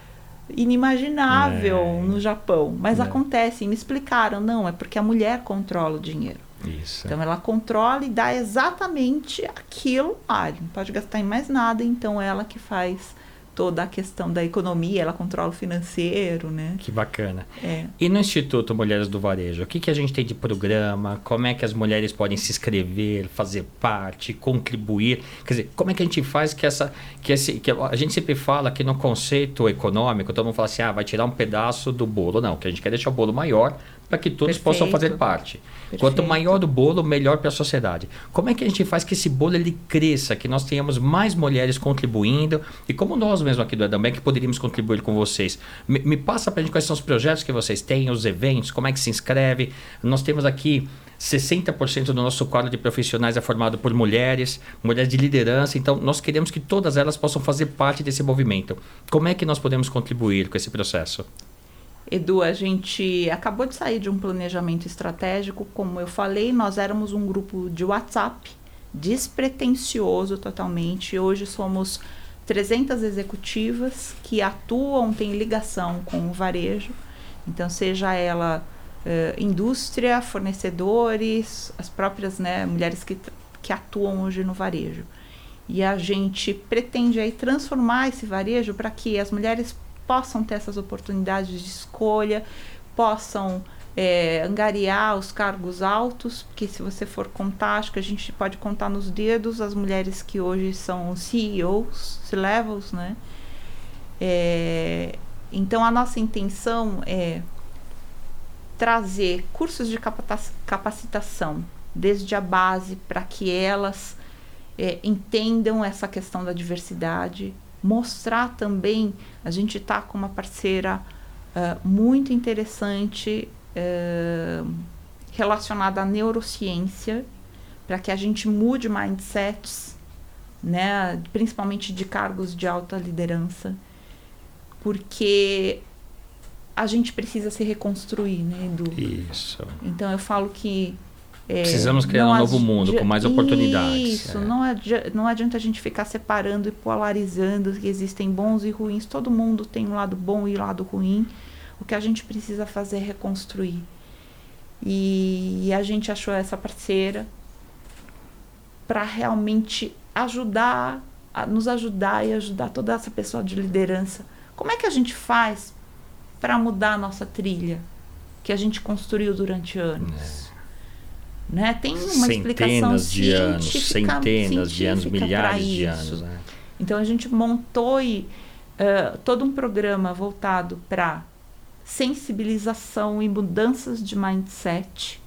inimaginável no Japão. Mas acontece, e me explicaram, não, é porque a mulher controla o dinheiro. Isso. Então ela controla e dá exatamente aquilo. Não pode gastar em mais nada, então ela que faz toda a questão da economia, ela controla o financeiro, né? Que bacana. E no Instituto Mulheres do Varejo, o que a gente tem de programa? Como é que as mulheres podem se inscrever, fazer parte, contribuir? Quer dizer, como é que a gente faz que a gente sempre fala que no conceito econômico, todo mundo fala assim, vai tirar um pedaço do bolo. Não, que a gente quer deixar o bolo maior para que todos possam fazer parte. Perfeito. Quanto maior o bolo, melhor para a sociedade. Como é que a gente faz que esse bolo ele cresça, que nós tenhamos mais mulheres contribuindo e como nós mesmos aqui do Edamec poderíamos contribuir com vocês? Me passa para a gente quais são os projetos que vocês têm, os eventos, como é que se inscreve. Nós temos aqui 60% do nosso quadro de profissionais é formado por mulheres de liderança, então nós queremos que todas elas possam fazer parte desse movimento. Como é que nós podemos contribuir com esse processo? Edu, a gente acabou de sair de um planejamento estratégico, como eu falei, nós éramos um grupo de WhatsApp, despretensioso totalmente, hoje somos 300 executivas que atuam, têm ligação com o varejo, então seja ela indústria, fornecedores, as próprias mulheres que atuam hoje no varejo. E a gente pretende aí transformar esse varejo para que as mulheres possam ter essas oportunidades de escolha, possam angariar os cargos altos, porque se você for contar, acho que a gente pode contar nos dedos as mulheres que hoje são CEOs, C-levels, né? Então a nossa intenção é trazer cursos de capacitação desde a base para que elas entendam essa questão da diversidade, mostrar também, a gente está com uma parceira muito interessante relacionada à neurociência, para que a gente mude mindsets, né, principalmente de cargos de alta liderança, porque a gente precisa se reconstruir, né, Edu? Isso. Então eu falo que precisamos criar um novo mundo com mais oportunidades. Isso, não adianta a gente ficar separando e polarizando que existem bons e ruins. Todo mundo tem um lado bom e um lado ruim. O que a gente precisa fazer é reconstruir. E a gente achou essa parceira para realmente nos ajudar e ajudar toda essa pessoa de liderança. Como é que a gente faz para mudar a nossa trilha que a gente construiu durante anos? Né? Tem uma explicação científica, centenas de anos, milhares de anos. Né? Então a gente montou todo um programa voltado para sensibilização e mudanças de mindset.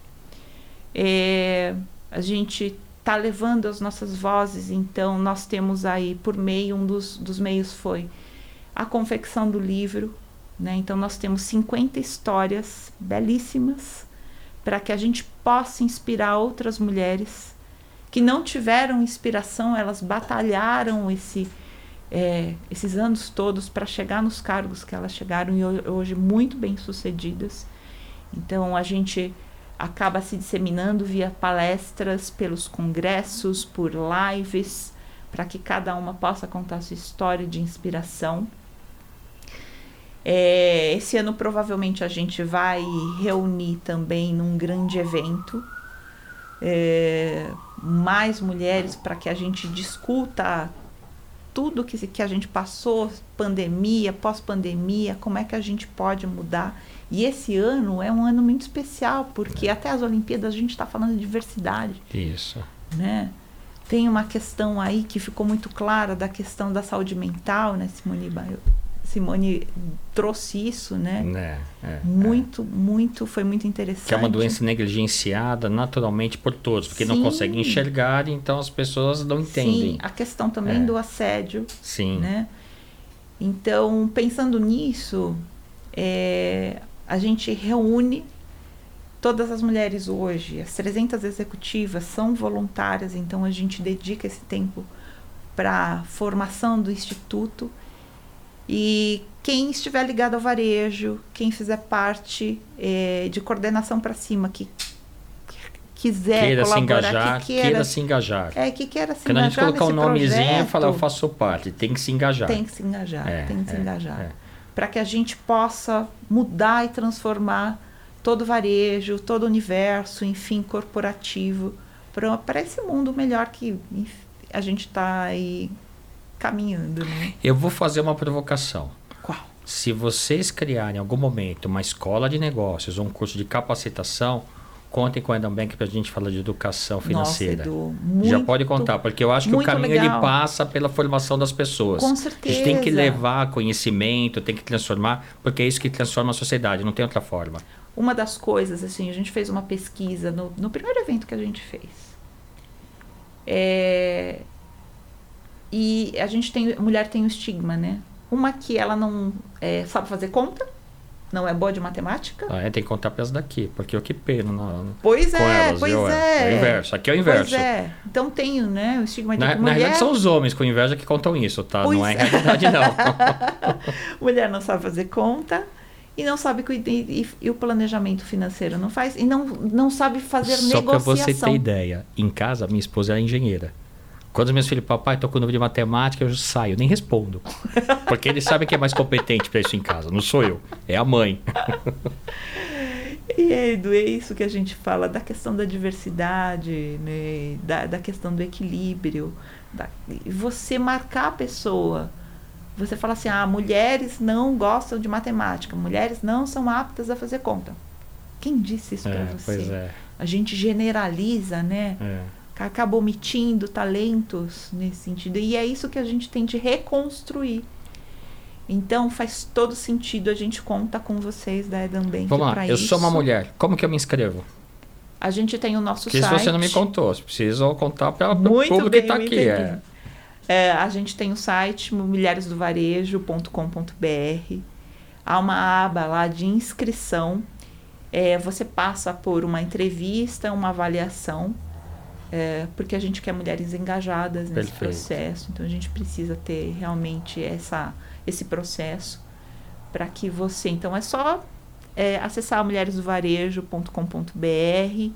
A gente está levando as nossas vozes, então nós temos aí por meio, um dos meios foi a confecção do livro, né? Então nós temos 50 histórias belíssimas para que a gente possa inspirar outras mulheres que não tiveram inspiração, elas batalharam esses anos todos para chegar nos cargos que elas chegaram e hoje muito bem sucedidas. Então a gente acaba se disseminando via palestras, pelos congressos, por lives, para que cada uma possa contar a sua história de inspiração. Esse ano provavelmente a gente vai reunir também num grande evento mais mulheres para que a gente discuta tudo que a gente passou, pandemia, pós-pandemia, como é que a gente pode mudar. E esse ano é um ano muito especial, porque até as Olimpíadas a gente está falando de diversidade. Isso. Né? Tem uma questão aí que ficou muito clara da questão da saúde mental, né, Simone trouxe isso, né? Foi muito interessante. Que é uma doença negligenciada naturalmente por todos, porque não conseguem enxergar, então as pessoas não entendem. Sim, a questão também do assédio. Sim. Né? Então, pensando nisso, a gente reúne todas as mulheres hoje, as 300 executivas são voluntárias, então a gente dedica esse tempo para a formação do Instituto. E quem estiver ligado ao varejo, quem fizer parte de coordenação para cima, que quiser queira colaborar, queira se engajar. Que queira se Quando engajar. a gente colocar um nomezinho projeto, e falar, eu faço parte, tem que se engajar. Tem que se engajar, tem que se engajar. para que a gente possa mudar e transformar todo o varejo, todo o universo, enfim, corporativo, para esse mundo melhor que a gente está aí caminhando, né? Eu vou fazer uma provocação. Qual? Se vocês criarem em algum momento uma escola de negócios ou um curso de capacitação, contem com a Edam Bank para a gente falar de educação financeira. Nossa, Edu, muito, já pode contar, porque eu acho que o caminho ele passa pela formação das pessoas. Com certeza. A gente tem que levar conhecimento, tem que transformar, porque é isso que transforma a sociedade, não tem outra forma. Uma das coisas, assim, a gente fez uma pesquisa no primeiro evento que a gente fez. E a mulher tem um estigma, né? Uma que ela não sabe fazer conta, não é boa de matemática. Tem que contar para as daqui, porque eu que peno pois com é, elas. Pois é. É o inverso, aqui é o inverso. Pois é. Então tem, né, o estigma de mulher... Na realidade são os homens com inveja que contam isso, tá? Pois não é realidade, não. Mulher não sabe fazer conta e não sabe e o planejamento financeiro não faz e não sabe fazer negociação. Só para você ter ideia, em casa minha esposa é engenheira. Quando os meus filhos, papai, tô com dúvida de matemática, eu saio, nem respondo. Porque eles sabem que é mais competente para isso em casa. Não sou eu, é a mãe. E é isso que a gente fala da questão da diversidade, né? da questão do equilíbrio. Você marcar a pessoa. Você fala assim, mulheres não gostam de matemática, mulheres não são aptas a fazer conta. Quem disse isso para você? Pois é. A gente generaliza, né? Acaba omitindo talentos nesse sentido. E é isso que a gente tem de reconstruir. Então, faz todo sentido. A gente conta com vocês da Edam Bank. Vamos lá, eu sou uma mulher. Como que eu me inscrevo? A gente tem o nosso site. Porque se você não me contou, você precisa contar para o público que está aqui. A gente tem o site mulheresdovarejo.com.br. Há uma aba lá de inscrição. Você passa por uma entrevista, uma avaliação. Porque a gente quer mulheres engajadas nesse processo, então a gente precisa ter realmente esse processo para que você... Então é só acessar mulheresdovarejo.com.br.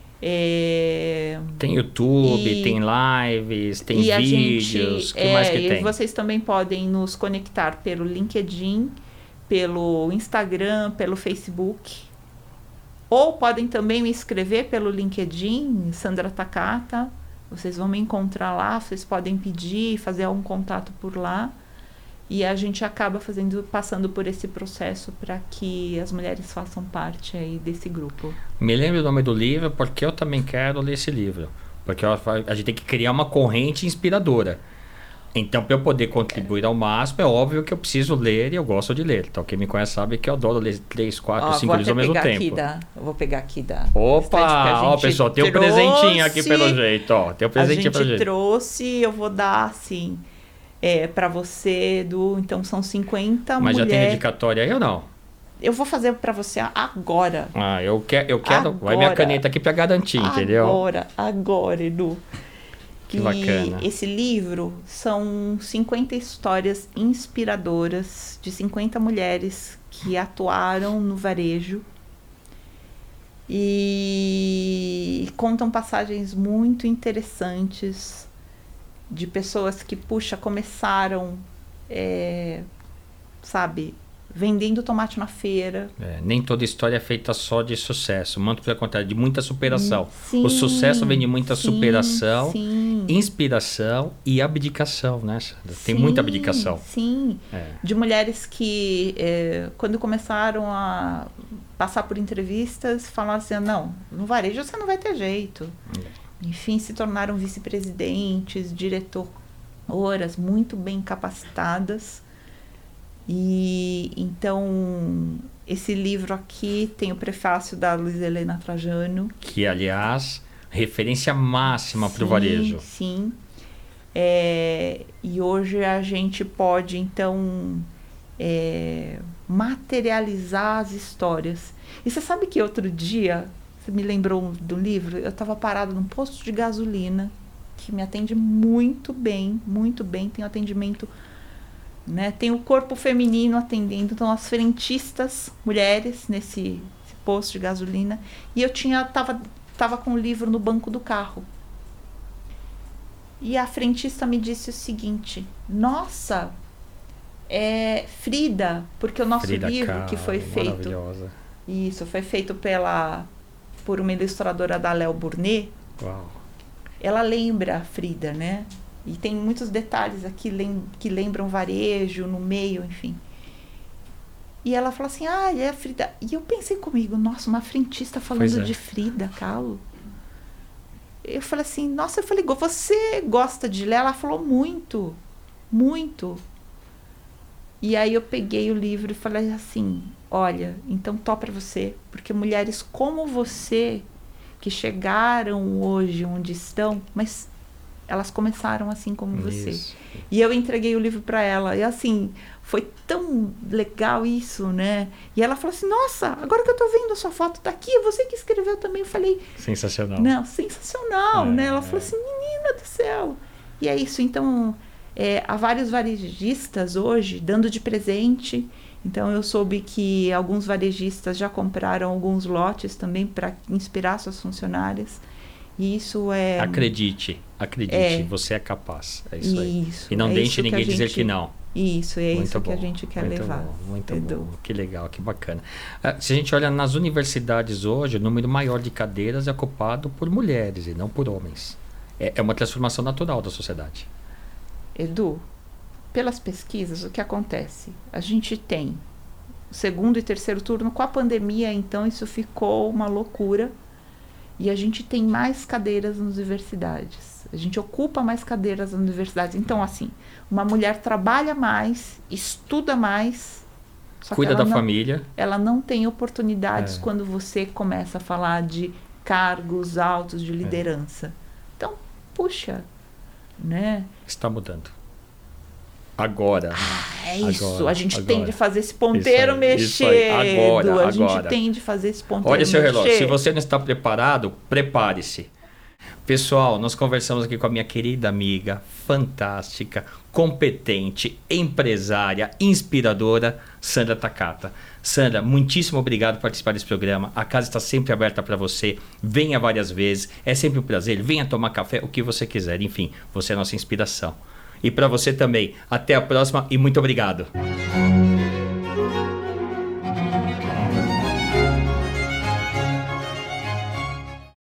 Tem YouTube, tem lives, tem vídeos, o que mais que tem? Vocês também podem nos conectar pelo LinkedIn, pelo Instagram, pelo Facebook. Ou podem também me escrever pelo LinkedIn, Sandra Takata. Vocês vão me encontrar lá, vocês podem pedir, fazer algum contato por lá. E a gente acaba passando por esse processo para que as mulheres façam parte aí desse grupo. Me lembro o nome do livro, porque eu também quero ler esse livro. Porque a gente tem que criar uma corrente inspiradora. Então, para eu poder contribuir ao máximo, é óbvio que eu preciso ler e eu gosto de ler. Então, quem me conhece sabe que eu adoro ler 3, 4, 5 livros ao mesmo tempo. Vou pegar aqui da... Opa! Pessoal, tem um presentinho aqui pelo jeito. Tem um presentinho pra gente. A gente trouxe, eu vou dar, assim, para você, Edu. Então, são 50 mulheres. Mas já tem dedicatória aí ou não? Eu vou fazer para você agora. Eu quero. Agora. Vai minha caneta aqui para garantir, entendeu? Agora, Edu. Que bacana. Esse livro são 50 histórias inspiradoras de 50 mulheres que atuaram no varejo e contam passagens muito interessantes de pessoas que, começaram, vendendo tomate na feira. Nem toda história é feita só de sucesso. Muito pelo contrário, de muita superação. Sim, o sucesso vem de muita superação, sim. Inspiração e abdicação, né? Tem muita abdicação. Sim, de mulheres que, quando começaram a passar por entrevistas, falaram assim, não, no varejo você não vai ter jeito. Enfim, se tornaram vice-presidentes, diretoras, muito bem capacitadas. E então, esse livro aqui tem o prefácio da Luiza Helena Trajano. Que, aliás, referência máxima para o varejo. Sim. E hoje a gente pode, então, materializar as histórias. E você sabe que outro dia, você me lembrou do livro? Eu estava parada num posto de gasolina, que me atende muito bem, tem um atendimento... Tem o corpo feminino atendendo, então as frentistas, mulheres, nesse posto de gasolina. E eu tava com o livro no banco do carro. E a frentista me disse o seguinte, nossa, Frida, porque o nosso Frida livro Kahlo, que foi feito... maravilhosa. Isso, foi feito por uma ilustradora da Léo Burnet. Uau. Ela lembra a Frida, né? E tem muitos detalhes aqui que lembram varejo no meio, enfim. E ela falou assim, é a Frida. E eu pensei comigo, nossa, uma frentista falando de Frida Kahlo. Eu falei assim, nossa, você gosta de ler? Ela falou muito, muito. E aí eu peguei o livro e falei assim, olha, então tô pra você, porque mulheres como você, que chegaram hoje onde estão, mas elas começaram assim como você. E eu entreguei o livro para ela. E assim, foi tão legal isso, né? E ela falou assim, nossa, agora que eu tô vendo a sua foto, tá aqui, você que escreveu também. Eu falei... Sensacional. Não, sensacional, né? Ela falou assim, menina do céu. E é isso, então, há vários varejistas hoje dando de presente. Então, eu soube que alguns varejistas já compraram alguns lotes também para inspirar suas funcionárias. E isso é... Acredite, você é capaz. É isso aí. Isso, e não deixe ninguém dizer que não. Isso, é muito isso bom, que a gente quer levar. Muito bom, que legal, que bacana. Se a gente olha nas universidades hoje, o número maior de cadeiras é ocupado por mulheres e não por homens. É uma transformação natural da sociedade. Edu, pelas pesquisas, o que acontece? A gente tem o segundo e terceiro turno, com a pandemia, então isso ficou uma loucura. E a gente tem mais cadeiras nas universidades. A gente ocupa mais cadeiras nas universidades. Então, assim, uma mulher trabalha mais, estuda mais. Cuida da família. Ela não tem oportunidades quando você começa a falar de cargos altos de liderança. Então, puxa, né? Está mudando. Agora. É isso. Agora, a gente agora. tem de fazer esse ponteiro mexer. A gente tem de fazer esse ponteiro Olha seu mexer. relógio. Se você não está preparado, prepare-se. Pessoal, nós conversamos aqui com a minha querida amiga, fantástica, competente, empresária, inspiradora, Sandra Takata. Sandra, muitíssimo obrigado por participar desse programa. A casa está sempre aberta para você. Venha várias vezes. É sempre um prazer. Venha tomar café, o que você quiser. Enfim, você é a nossa inspiração. E para você também. Até a próxima e muito obrigado.